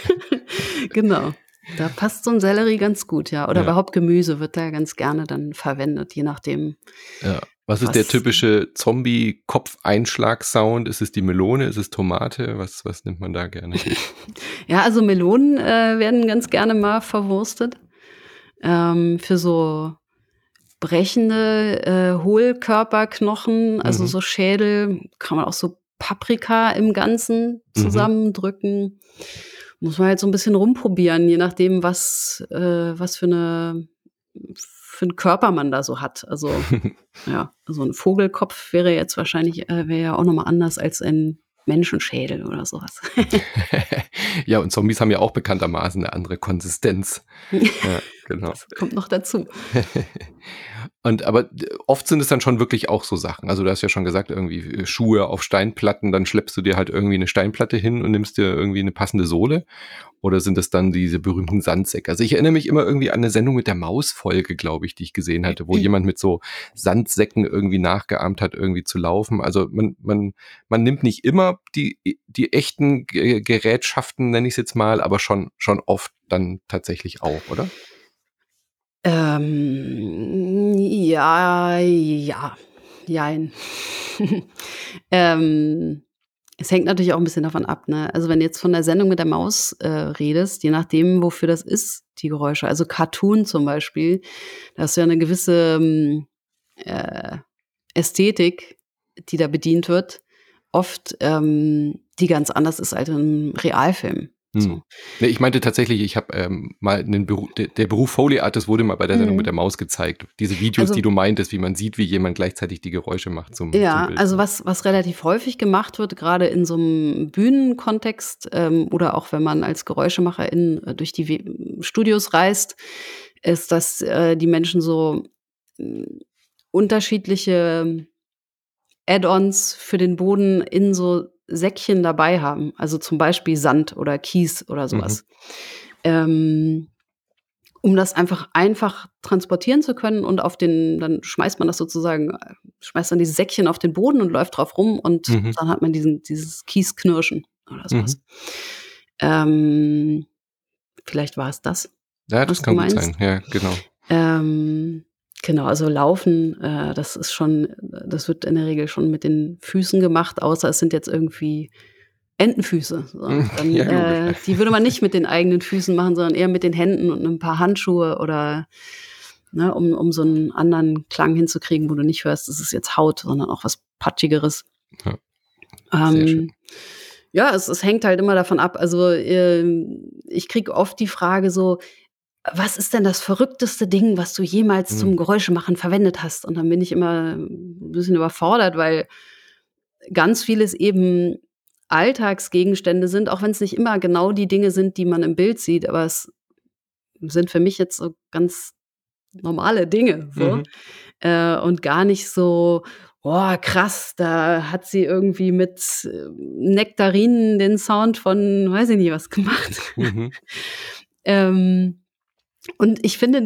Genau. Da passt so ein Sellerie ganz gut, ja. Oder überhaupt Gemüse wird da ganz gerne dann verwendet, je nachdem. Ja. Was ist der typische Zombie-Kopfeinschlag-Sound? Ist es die Melone? Ist es Tomate? Was nimmt man da gerne? Ja, also Melonen werden ganz gerne mal verwurstet. Für so brechende Hohlkörperknochen, also so Schädel, kann man auch so Paprika im Ganzen zusammendrücken. Muss man halt so ein bisschen rumprobieren, je nachdem, was für einen Körper man da so hat. Also ja, so ein Vogelkopf wäre jetzt wahrscheinlich wäre ja auch nochmal anders als ein Menschenschädel oder sowas. Ja, und Zombies haben ja auch bekanntermaßen eine andere Konsistenz. Ja, genau. Das kommt noch dazu. Aber oft sind es dann schon wirklich auch so Sachen. Also du hast ja schon gesagt, irgendwie Schuhe auf Steinplatten, dann schleppst du dir halt irgendwie eine Steinplatte hin und nimmst dir irgendwie eine passende Sohle. Oder sind es dann diese berühmten Sandsäcke? Also ich erinnere mich immer irgendwie an eine Sendung mit der Maus-Folge, glaube ich, die ich gesehen hatte, wo jemand mit so Sandsäcken irgendwie nachgeahmt hat, irgendwie zu laufen. Also man nimmt nicht immer die echten Gerätschaften, nenne ich es jetzt mal, aber schon oft dann tatsächlich auch, oder? Ja, jein. Ähm, Es hängt natürlich auch ein bisschen davon ab, ne? Also, wenn du jetzt von der Sendung mit der Maus, redest, je nachdem, wofür das ist, die Geräusche. Also, Cartoon zum Beispiel, da hast du ja 'ne gewisse, äh, Ästhetik, die da bedient wird, oft, die ganz anders ist als in 'nem Realfilm, Hm. so. Ne, ich meinte tatsächlich, ich habe, mal 'nen der Beruf Foley Artist wurde mal bei der Sendung mit Mhm. der Maus gezeigt. Diese Videos, die Also du meintest, wie man sieht, wie jemand gleichzeitig die Geräusche macht zum ja, Bild, also ja. was relativ häufig gemacht wird, gerade in so einem Bühnenkontext, oder auch wenn man als Geräuschemacherin, durch die Studios reist, ist, dass, die Menschen so, hm, unterschiedliche Add-ons für den Boden in so Säckchen dabei haben, also zum Beispiel Sand oder Kies oder Mhm, sowas. Ähm Um das einfach transportieren zu können und dann schmeißt man das sozusagen schmeißt dann dieses Säckchen auf den Boden und läuft drauf rum und mhm, dann hat man dieses Kiesknirschen oder so mhm. was. Ähm, Vielleicht war es das, Ja, das was du kann gut meinst. sein. Ja, genau. Ähm, genau, also Laufen, das wird in der Regel schon mit den Füßen gemacht, außer es sind jetzt irgendwie Entenfüße, so. Hm, Dann, ja, logisch, ja. die würde man nicht mit den eigenen Füßen machen, sondern eher mit den Händen und 'n paar Handschuhe oder, ne, um so 'n anderen Klang hinzukriegen, wo du nicht hörst, das ist jetzt Haut, sondern auch was Patschigeres. Ja, sehr schön. Ähm, ja, es hängt halt immer davon ab. Also, ich kriege oft die Frage so: „Was ist denn das verrückteste Ding, was du jemals Mhm, zum Geräuschemachen verwendet hast?“ Und dann bin ich immer 'n bisschen überfordert, weil ganz vieles eben Alltagsgegenstände sind, auch wenn's nicht immer genau die Dinge sind, die man im Bild sieht, aber es sind für mich jetzt so ganz normale Dinge so, mhm, und gar nicht so: „Oh, krass, da hat sie irgendwie mit, Nektarinen den Sound von weiß ich nicht was gemacht.“ mhm, Ähm, und ich finde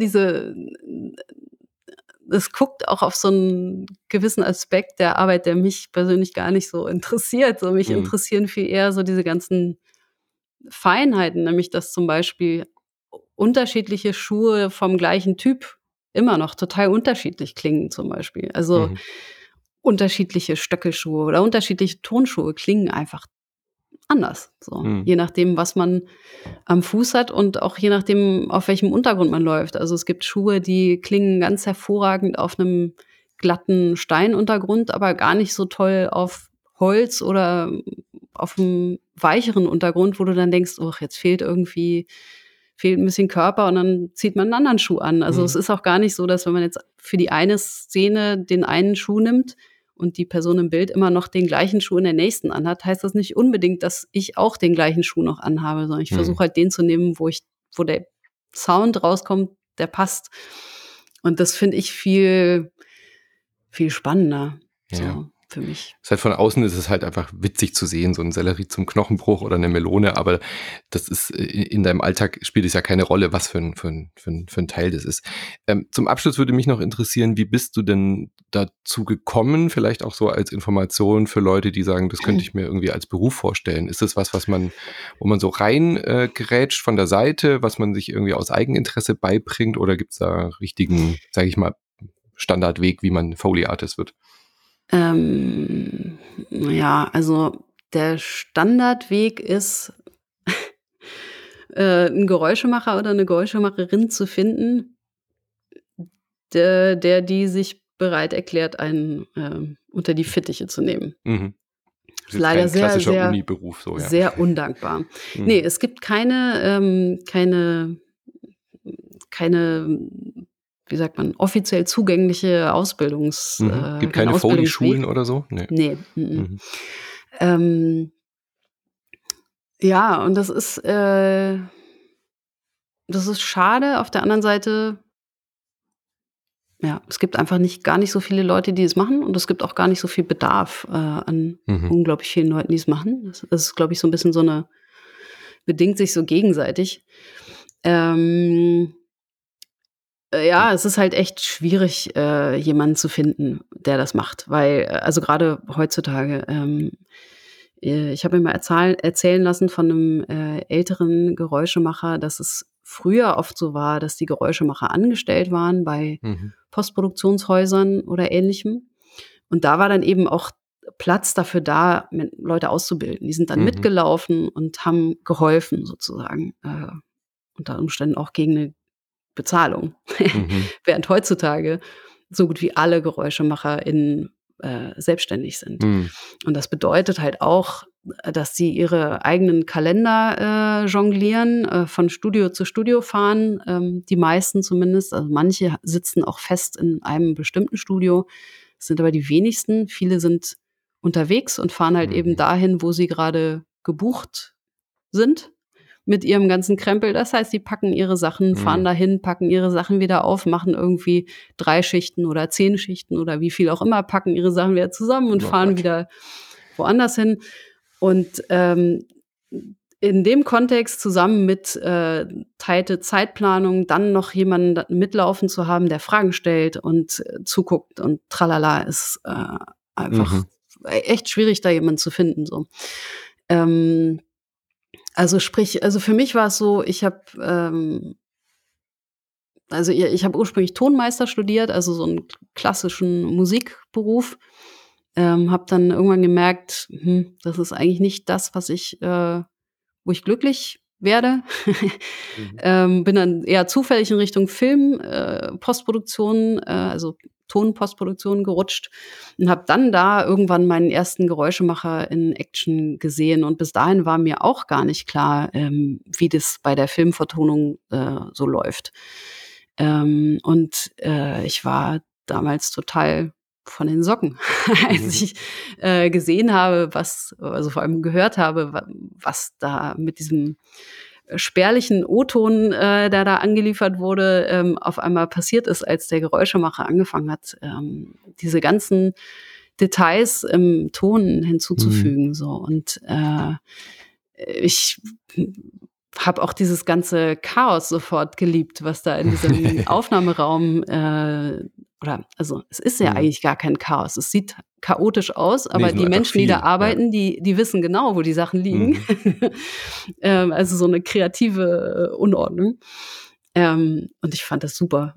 es guckt auch auf so 'n gewissen Aspekt der Arbeit, der mich persönlich gar nicht so interessiert. So, mich mhm, interessieren viel eher so diese ganzen Feinheiten, nämlich dass zum Beispiel unterschiedliche Schuhe vom gleichen Typ immer noch total unterschiedlich klingen zum Beispiel. Also, mhm, unterschiedliche Stöckelschuhe oder unterschiedliche Tonschuhe klingen einfach anders, so, mhm, je nachdem, was man am Fuß hat und auch je nachdem, auf welchem Untergrund man läuft. Also, es gibt Schuhe, die klingen ganz hervorragend auf 'nem glatten Steinuntergrund, aber gar nicht so toll auf Holz oder auf 'm weicheren Untergrund, wo du dann denkst: „Och, jetzt fehlt 'n bisschen Körper“, und dann zieht man 'n anderen Schuh an. Also, es mhm, ist auch gar nicht so, dass wenn man jetzt für die eine Szene den einen Schuh nimmt und die Person im Bild immer noch den gleichen Schuh in der nächsten anhat, heißt das nicht unbedingt, dass ich auch den gleichen Schuh noch anhabe, sondern ich mhm. versuche halt den zu nehmen, wo der Sound rauskommt, der passt. Und das finde ich viel spannender, Ja. so für mich. Ist halt von außen ist es halt einfach witzig zu sehen, so 'n Sellerie zum Knochenbruch oder 'ne Melone, aber das ist in deinem Alltag spielt es ja keine Rolle, was für 'n Teil das ist. Zum Abschluss würde mich noch interessieren, wie bist du denn dazu gekommen, vielleicht auch so als Information für Leute, die sagen: „Das könnte ich mir irgendwie als Beruf vorstellen.“ Ist das was, wo man so rein, grätscht von der Seite, was man sich irgendwie aus Eigeninteresse beibringt oder gibt's da richtigen, sage ich mal, Standardweg, wie man Foley Artist wird? Ja, also der Standardweg ist, 'n Geräuschemacher oder 'ne Geräuschemacherin zu finden, die sich bereit erklärt, einen, unter die Fittiche zu nehmen. Mhm. Ist Ist jetzt leider kein sehr, klassischer sehr, Uniberuf so, ja. sehr undankbar. Ne, Mhm. es gibt keine, wie sagt man, offiziell zugängliche Mhm. Gibt keinen keine Ausbildungsweg. Foley-Schulen oder so? Ne. Ne, mm. Mhm. Ähm, ja, und das ist schade. Auf der anderen Seite, ja, es gibt einfach gar nicht so viele Leute, die es machen und es gibt auch gar nicht so viel Bedarf, an Mhm. unglaublich vielen Leuten, die es machen. Das ist, glaube ich, so ein bisschen bedingt sich so gegenseitig. Ähm, ja, es ist halt echt schwierig, jemanden zu finden, der das macht, weil also gerade heutzutage, ich habe mir mal erzählen lassen von einem älteren Geräuschemacher, dass es früher oft so war, dass die Geräuschemacher angestellt waren bei Mhm. Postproduktionshäusern oder Ähnlichem. Und da war dann eben auch Platz dafür da, Leute auszubilden. Die sind dann Mhm. mitgelaufen und haben geholfen sozusagen, unter Umständen auch gegen eine Bezahlung. Mhm. Während heutzutage so gut wie alle GeräuschemacherInnen, selbstständig sind. Mhm. Und das bedeutet halt auch, dass sie ihre eigenen Kalender, jonglieren, von Studio zu Studio fahren, die meisten zumindest. Also, manche sitzen auch fest in einem bestimmten Studio. Das sind aber die wenigsten. Viele sind unterwegs und fahren halt eben Mhm. dahin, wo sie gerade gebucht sind mit ihrem ganzen Krempel. Das heißt, die packen ihre Sachen, fahren Mhm. dahin, packen ihre Sachen wieder auf, machen irgendwie 3 Schichten oder 10 Schichten oder wie viel auch immer, packen ihre Sachen wieder zusammen und Oh fahren Gott. wieder woanders hin. Und, in dem Kontext zusammen mit, teilte Zeitplanung, dann noch jemanden da mitlaufen zu haben, der Fragen stellt und, zuguckt und tralala, ist, einfach Mhm. echt schwierig, da jemanden zu finden so. Ähm also sprich, also für mich war es so, ich habe ursprünglich Tonmeister studiert, also so 'n klassischen Musikberuf, habe dann irgendwann gemerkt, das ist eigentlich nicht das, wo ich glücklich werde. Mhm. Bin dann eher zufällig in Richtung Film, Postproduktion, also Tonpostproduktion gerutscht und habe dann da irgendwann meinen ersten Geräuschemacher in Action gesehen. Und bis dahin war mir auch gar nicht klar, wie das bei der Filmvertonung, so läuft. Ich war damals total von den Socken, als Mhm. ich, gesehen habe, also vor allem gehört habe, was da mit diesem spärlichen O-Ton, der da angeliefert wurde, auf einmal passiert ist, als der Geräuschemacher angefangen hat, diese ganzen Details im Ton Mhm. hinzuzufügen so. Und, ich habe auch dieses ganze Chaos sofort geliebt, was da in diesem Aufnahmeraum, also, es ist ja Mhm. eigentlich gar kein Chaos. Es sieht chaotisch aus, Ne, aber ist nur die einfach Menschen, die da viel, ja. arbeiten, die wissen genau, wo die Sachen liegen. Mhm. Also, so eine kreative, Unordnung. Und ich fand das super.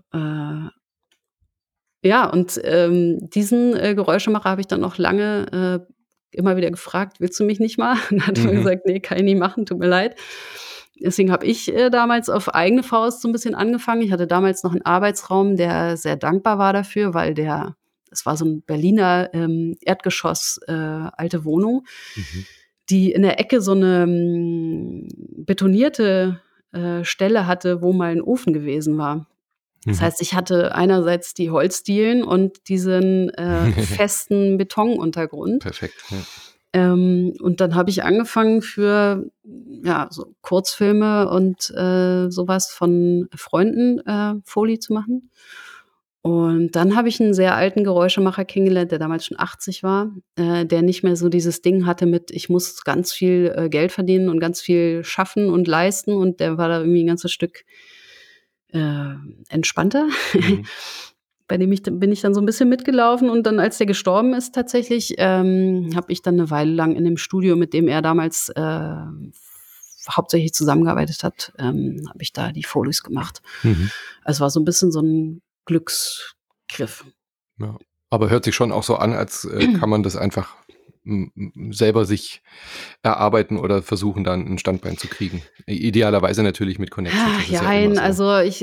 Ja, und, diesen, Geräuschemacher habe ich dann noch lange, immer wieder gefragt: „Willst du mich nicht mal?“ Und dann hat er mir Mhm. gesagt: „Ne, kann ich nicht machen, tut mir leid.“ Deswegen habe ich, damals auf eigene Faust so 'n bisschen angefangen. Ich hatte damals noch 'n Arbeitsraum, der sehr dankbar war dafür, weil es war so 'n Berliner, Erdgeschoss, alte Wohnung, Mhm. die in der Ecke so 'ne, betonierte, Stelle hatte, wo mal 'n Ofen gewesen war. Das Mhm. heißt, ich hatte einerseits die Holzdielen und diesen, festen Betonuntergrund. Perfekt, ja. Und dann habe ich angefangen für, ja, so Kurzfilme und, so von Freunden, Foley zu machen. Und dann habe ich 'n sehr alten Geräuschemacher kennengelernt, der damals schon 80 war, der nicht mehr so dieses Ding hatte mit: „Ich muss ganz viel, Geld verdienen und ganz viel schaffen und leisten.“ Und der war da irgendwie 'n ganzes Stück entspannter. Mhm. Bei dem bin ich dann so 'n bisschen mitgelaufen und dann, als der gestorben ist tatsächlich, habe ich dann 'ne Weile lang in dem Studio, mit dem er damals, hauptsächlich zusammengearbeitet hat, habe ich da die Folis gemacht. Mhm. Es war so 'n bisschen so 'n Glücksgriff. Ja. Aber hört sich schon auch so an, als, kann man das einfach, selber sich erarbeiten oder versuchen, da 'n Standbein zu kriegen. Idealerweise natürlich mit Connections, das ist ja immer Jein, so.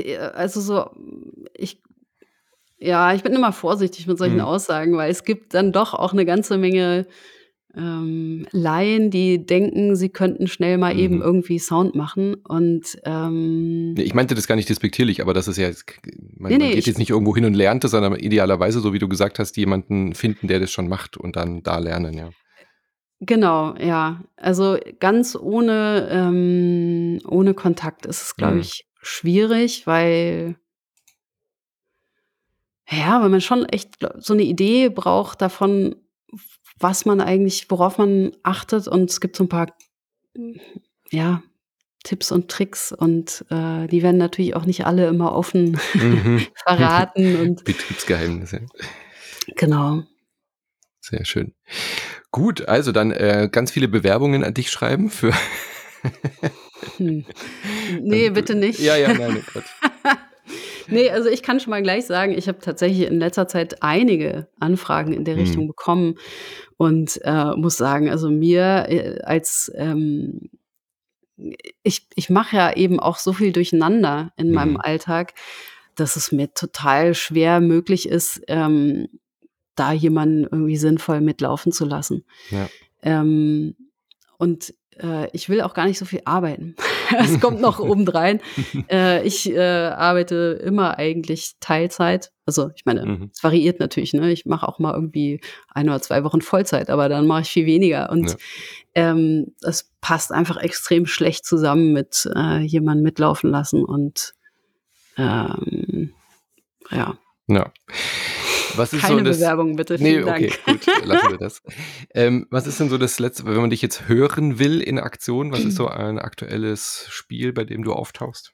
ich ja, ich bin immer vorsichtig mit solchen Mhm. Aussagen, weil es gibt dann doch auch 'ne ganze Menge, Laien, die denken, sie könnten schnell mal eben Mhm. irgendwie Sound machen und, Ne, ich meinte das gar nicht despektierlich, aber das ist ja jetzt ne, man ne, geht ich jetzt nicht irgendwo hin und lernt es, sondern idealerweise, so wie du gesagt hast, jemanden finden, der das schon macht und dann da lernen, ja. Genau, ja. Also ganz ohne Kontakt ist es, glaube Mhm. ich, schwierig, weil man schon echt so eine Idee braucht davon, was man eigentlich worauf man achtet, und es gibt so ein paar, hm, ja, Tipps und Tricks, und, die werden natürlich auch nicht alle immer offen Mhm. verraten, und Betriebsgeheimnisse. genau. Sehr schön. Gut, also dann, ganz viele Bewerbungen an dich schreiben für Hm. Ne, damit du bitte nicht. ja, ja, nein, oh Gott. Ne, also ich kann schon mal gleich sagen, ich habe tatsächlich in letzter Zeit einige Anfragen in der Mhm. Richtung bekommen und, muss sagen, also mir, ich mache ja eben auch so viel durcheinander in meinem Mhm. Alltag, dass es mir total schwer möglich ist, da jemanden irgendwie sinnvoll mitlaufen zu lassen. Ja. Ähm, und, ich will auch gar nicht so viel arbeiten. Es kommt noch obendrein. Ich, arbeite immer eigentlich Teilzeit. Also, ich meine, Mhm. es variiert natürlich, ne? Ich mache auch mal irgendwie 1 oder 2 Wochen Vollzeit, aber dann mache ich viel weniger, und, Ja. das passt einfach extrem schlecht zusammen mit, jemanden mitlaufen lassen, und, ähm, ja. Ja. Was ist so Keine das Bewerbung bitte, ne, vielen Dank. okay, gut, lassen wir das. Was ist denn so das Letzte, wenn man dich jetzt hören will in Aktion, was ist so ein aktuelles Spiel, bei dem du auftauchst?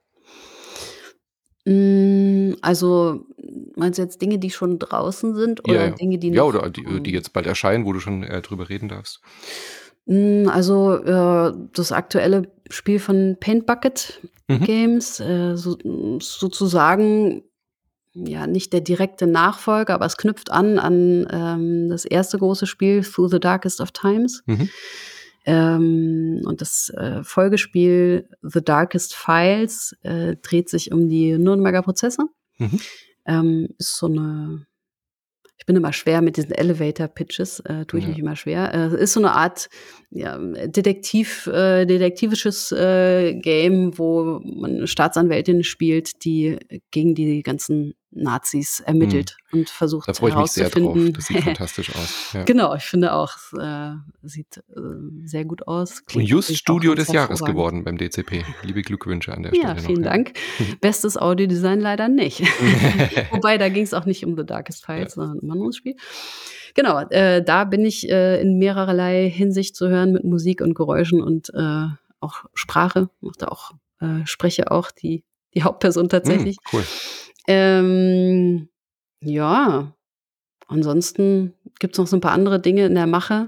Also, meinst du jetzt Dinge, die schon draußen sind, Ja, oder ja. Dinge, die Ja, noch oder die kommen? jetzt bald erscheinen, wo du schon, drüber reden darfst. Also, das aktuelle Spiel von Paint Bucket Mhm. Games, sozusagen, ja, nicht der direkte Nachfolger, aber es knüpft an, das erste große Spiel Through the Darkest of Times. Mhm. Und das, Folgespiel The Darkest Files, dreht sich um die Nürnberger Prozesse. Mhm. Ist so 'ne Ich bin immer schwer mit diesen Elevator-Pitches, tue ich Ja. mich immer schwer. Ist so 'ne Art, ja, detektivisches, Game, wo man 'ne Staatsanwältin spielt, die gegen die ganzen Nazis Mhm. ermittelt und Da versucht freue ich mich sehr drauf. herauszufinden. Das sieht fantastisch aus. Ja. Genau, ich finde auch, es, sieht, sehr gut aus, Und klingt just natürlich auch Studio ganz des Jahres hervorragend. geworden beim DCP. Liebe Glückwünsche an der Ja, Stelle noch, vielen ja. Dank. Bestes Audiodesign leider nicht. Wobei, da ging's auch nicht um The Darkest Ja. Files, sondern um 'n anderes Spiel. Genau, da bin ich, in mehrerlei Hinsicht zu hören mit Musik und Geräuschen und, auch Sprache. Mache da auch spreche auch die Hauptperson Mhm, tatsächlich. cool. Ähm, ja, ansonsten gibt's noch so 'n paar andere Dinge in der Mache.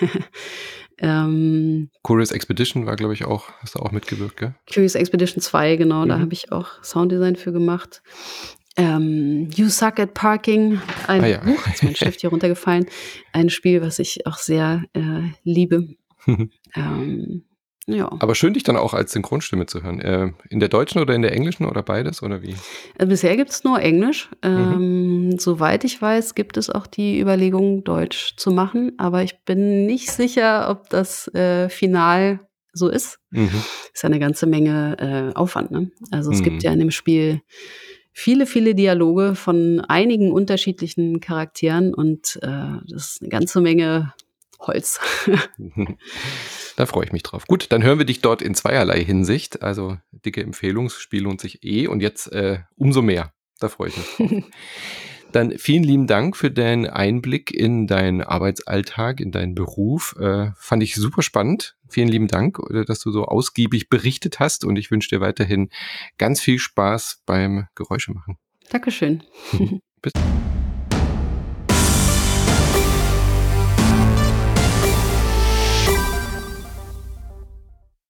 Ähm Curious Expedition war, glaube ich, auch hast du auch mitgewirkt, gell? Curious Expedition 2, genau, da Mhm. habe ich auch Sounddesign für gemacht. You Suck at Parking, Ah ja. Jetzt ist mein Stift hier runtergefallen. Ein Spiel, was ich auch sehr, liebe. Ähm, ja. Aber schön, dich dann auch als Synchronstimme zu hören. In der deutschen oder in der englischen oder beides oder wie? Bisher gibt's nur Englisch. Mhm. Soweit ich weiß, gibt es auch die Überlegung, Deutsch zu machen, aber ich bin nicht sicher, ob das, final so ist. Mhm. Ist ja 'ne ganze Menge, Aufwand, ne? Also, es gibt Mhm. ja in dem Spiel viele, viele Dialoge von einigen unterschiedlichen Charakteren, und, das ist 'ne ganze Menge Holz. Da freue ich mich drauf. Gut, dann hören wir dich dort in zweierlei Hinsicht. Also, dicke Empfehlung, das Spiel lohnt sich und jetzt, umso mehr. Da freue ich mich drauf. Dann vielen lieben Dank für deinen Einblick in deinen Arbeitsalltag, in deinen Beruf. Fand ich super spannend. Vielen lieben Dank, dass du so ausgiebig berichtet hast und ich wünsche dir weiterhin ganz viel Spaß beim Geräuschemachen. Dankeschön. Bis